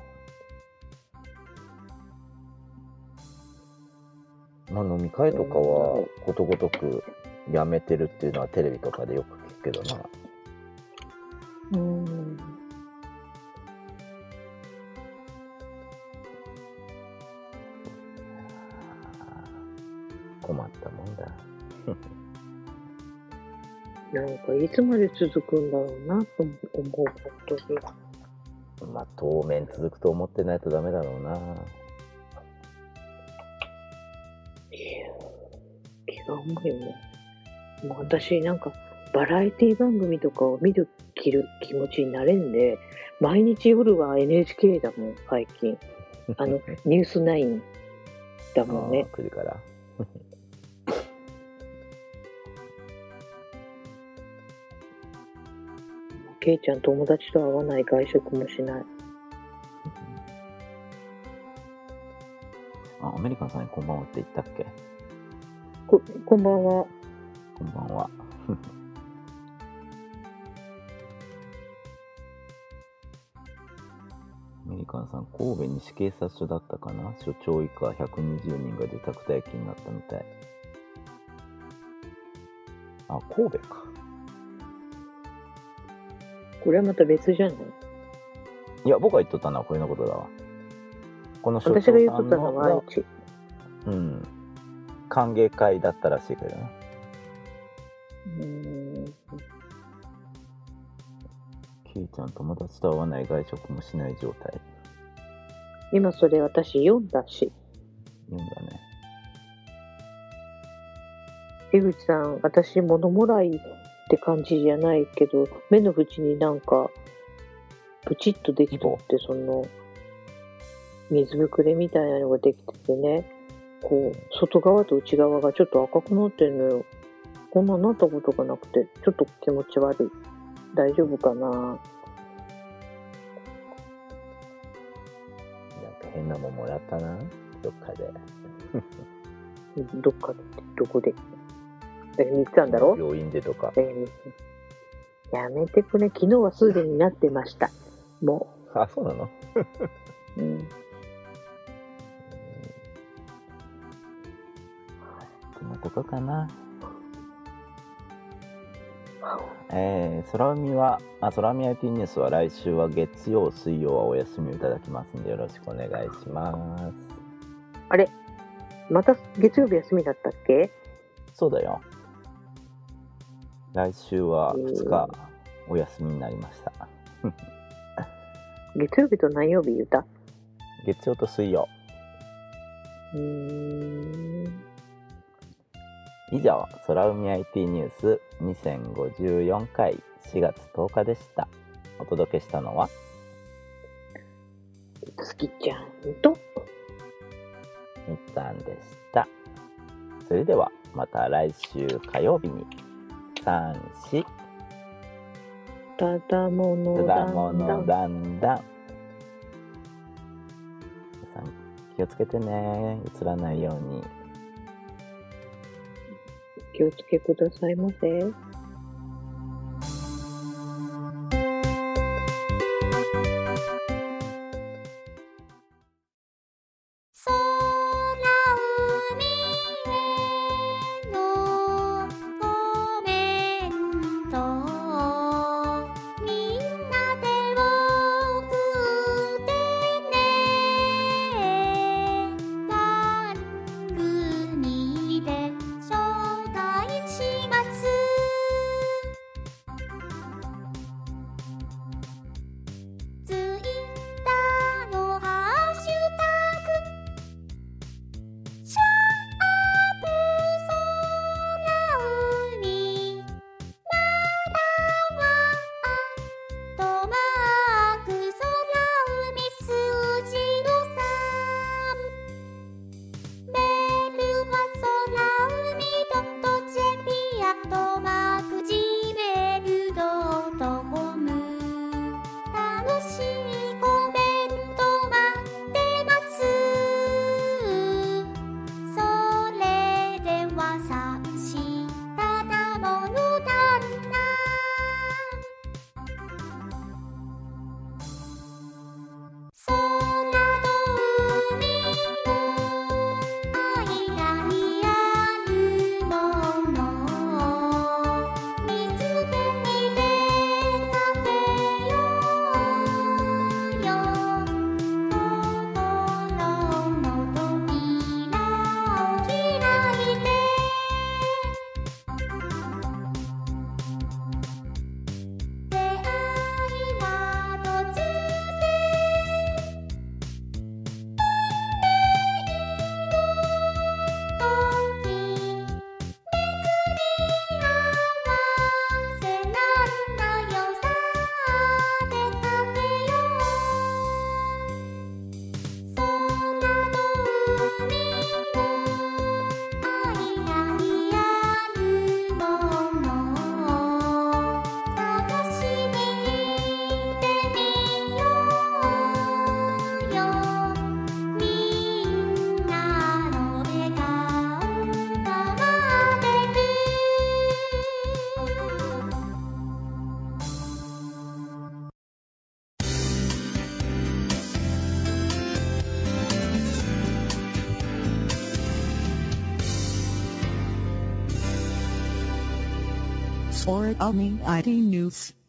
まあ飲み会とかはことごとくやめてるっていうのはテレビとかでよく聞くけどな。 うん。 困ったもんだ。 なんかいつまで続くんだろうなと思う、本当に。 まあ当面続くと思ってないとダメだろうな。 気が重いよね。もう私なんかバラエティ番組とかを見る気る気持ちになれんで、毎日夜は エヌエイチケー だもん最近。あのニュースナインだもんね。 くじからケイちゃん友達と会わない、外食もしない。 あ、アメリカンさんにこんばんはって言ったっけ。 こ, こんばんは。 こんばんは。アメリカンさん、神戸西警察署だったかな。署長以下ひゃくにじゅうにんが自宅待機になったみたい。あ、神戸か。 これはまた別じゃない。 いや、僕が言っとったのはこれのことだわ。この署長私が言っとさんったのは愛知。 うん。歓迎会だったらしいけどね。 うーん。 ケイちゃん、友達と会わない、外食もしない状態。 今それ私読んだし。 読んだね。 江口さん、私物もらいって感じじゃないけど、目の縁になんかプチッとできとって、その水ぶくれみたいなのができててね、こう外側と内側がちょっと赤くなってるのよ。こんななったことがなくてちょっと気持ち悪い。大丈夫かな。 なんか変なもんもらったな、どっかで。 どっかでどこでだけど見てたんだろ。 病院でとか。 やめてくれ。昨日はすでになってました。もう。あ、そうなの。 うん。 こんなとこかな。えー、空海は、あ、空海 アイティー ニュースは来週は月曜、水曜はお休みをいただきますんでよろしくお願いします。 あれ、また月曜日休みだったっけ？ そうだよ。来週はふつかお休みになりました。 月曜日と何曜日言うた？ 月曜と水曜。 うーん。 以上、空海 アイティー ニュースにせんごじゅうよんかいしがつとおかでした。お届けしたのはすきちゃんとみっつぁんでした。それではまた来週火曜日にさん、しただものただだんものだんだんだん。皆さん気をつけてね。うつらないように。 気をつけくださいませ。 空 or Omni アイティー News.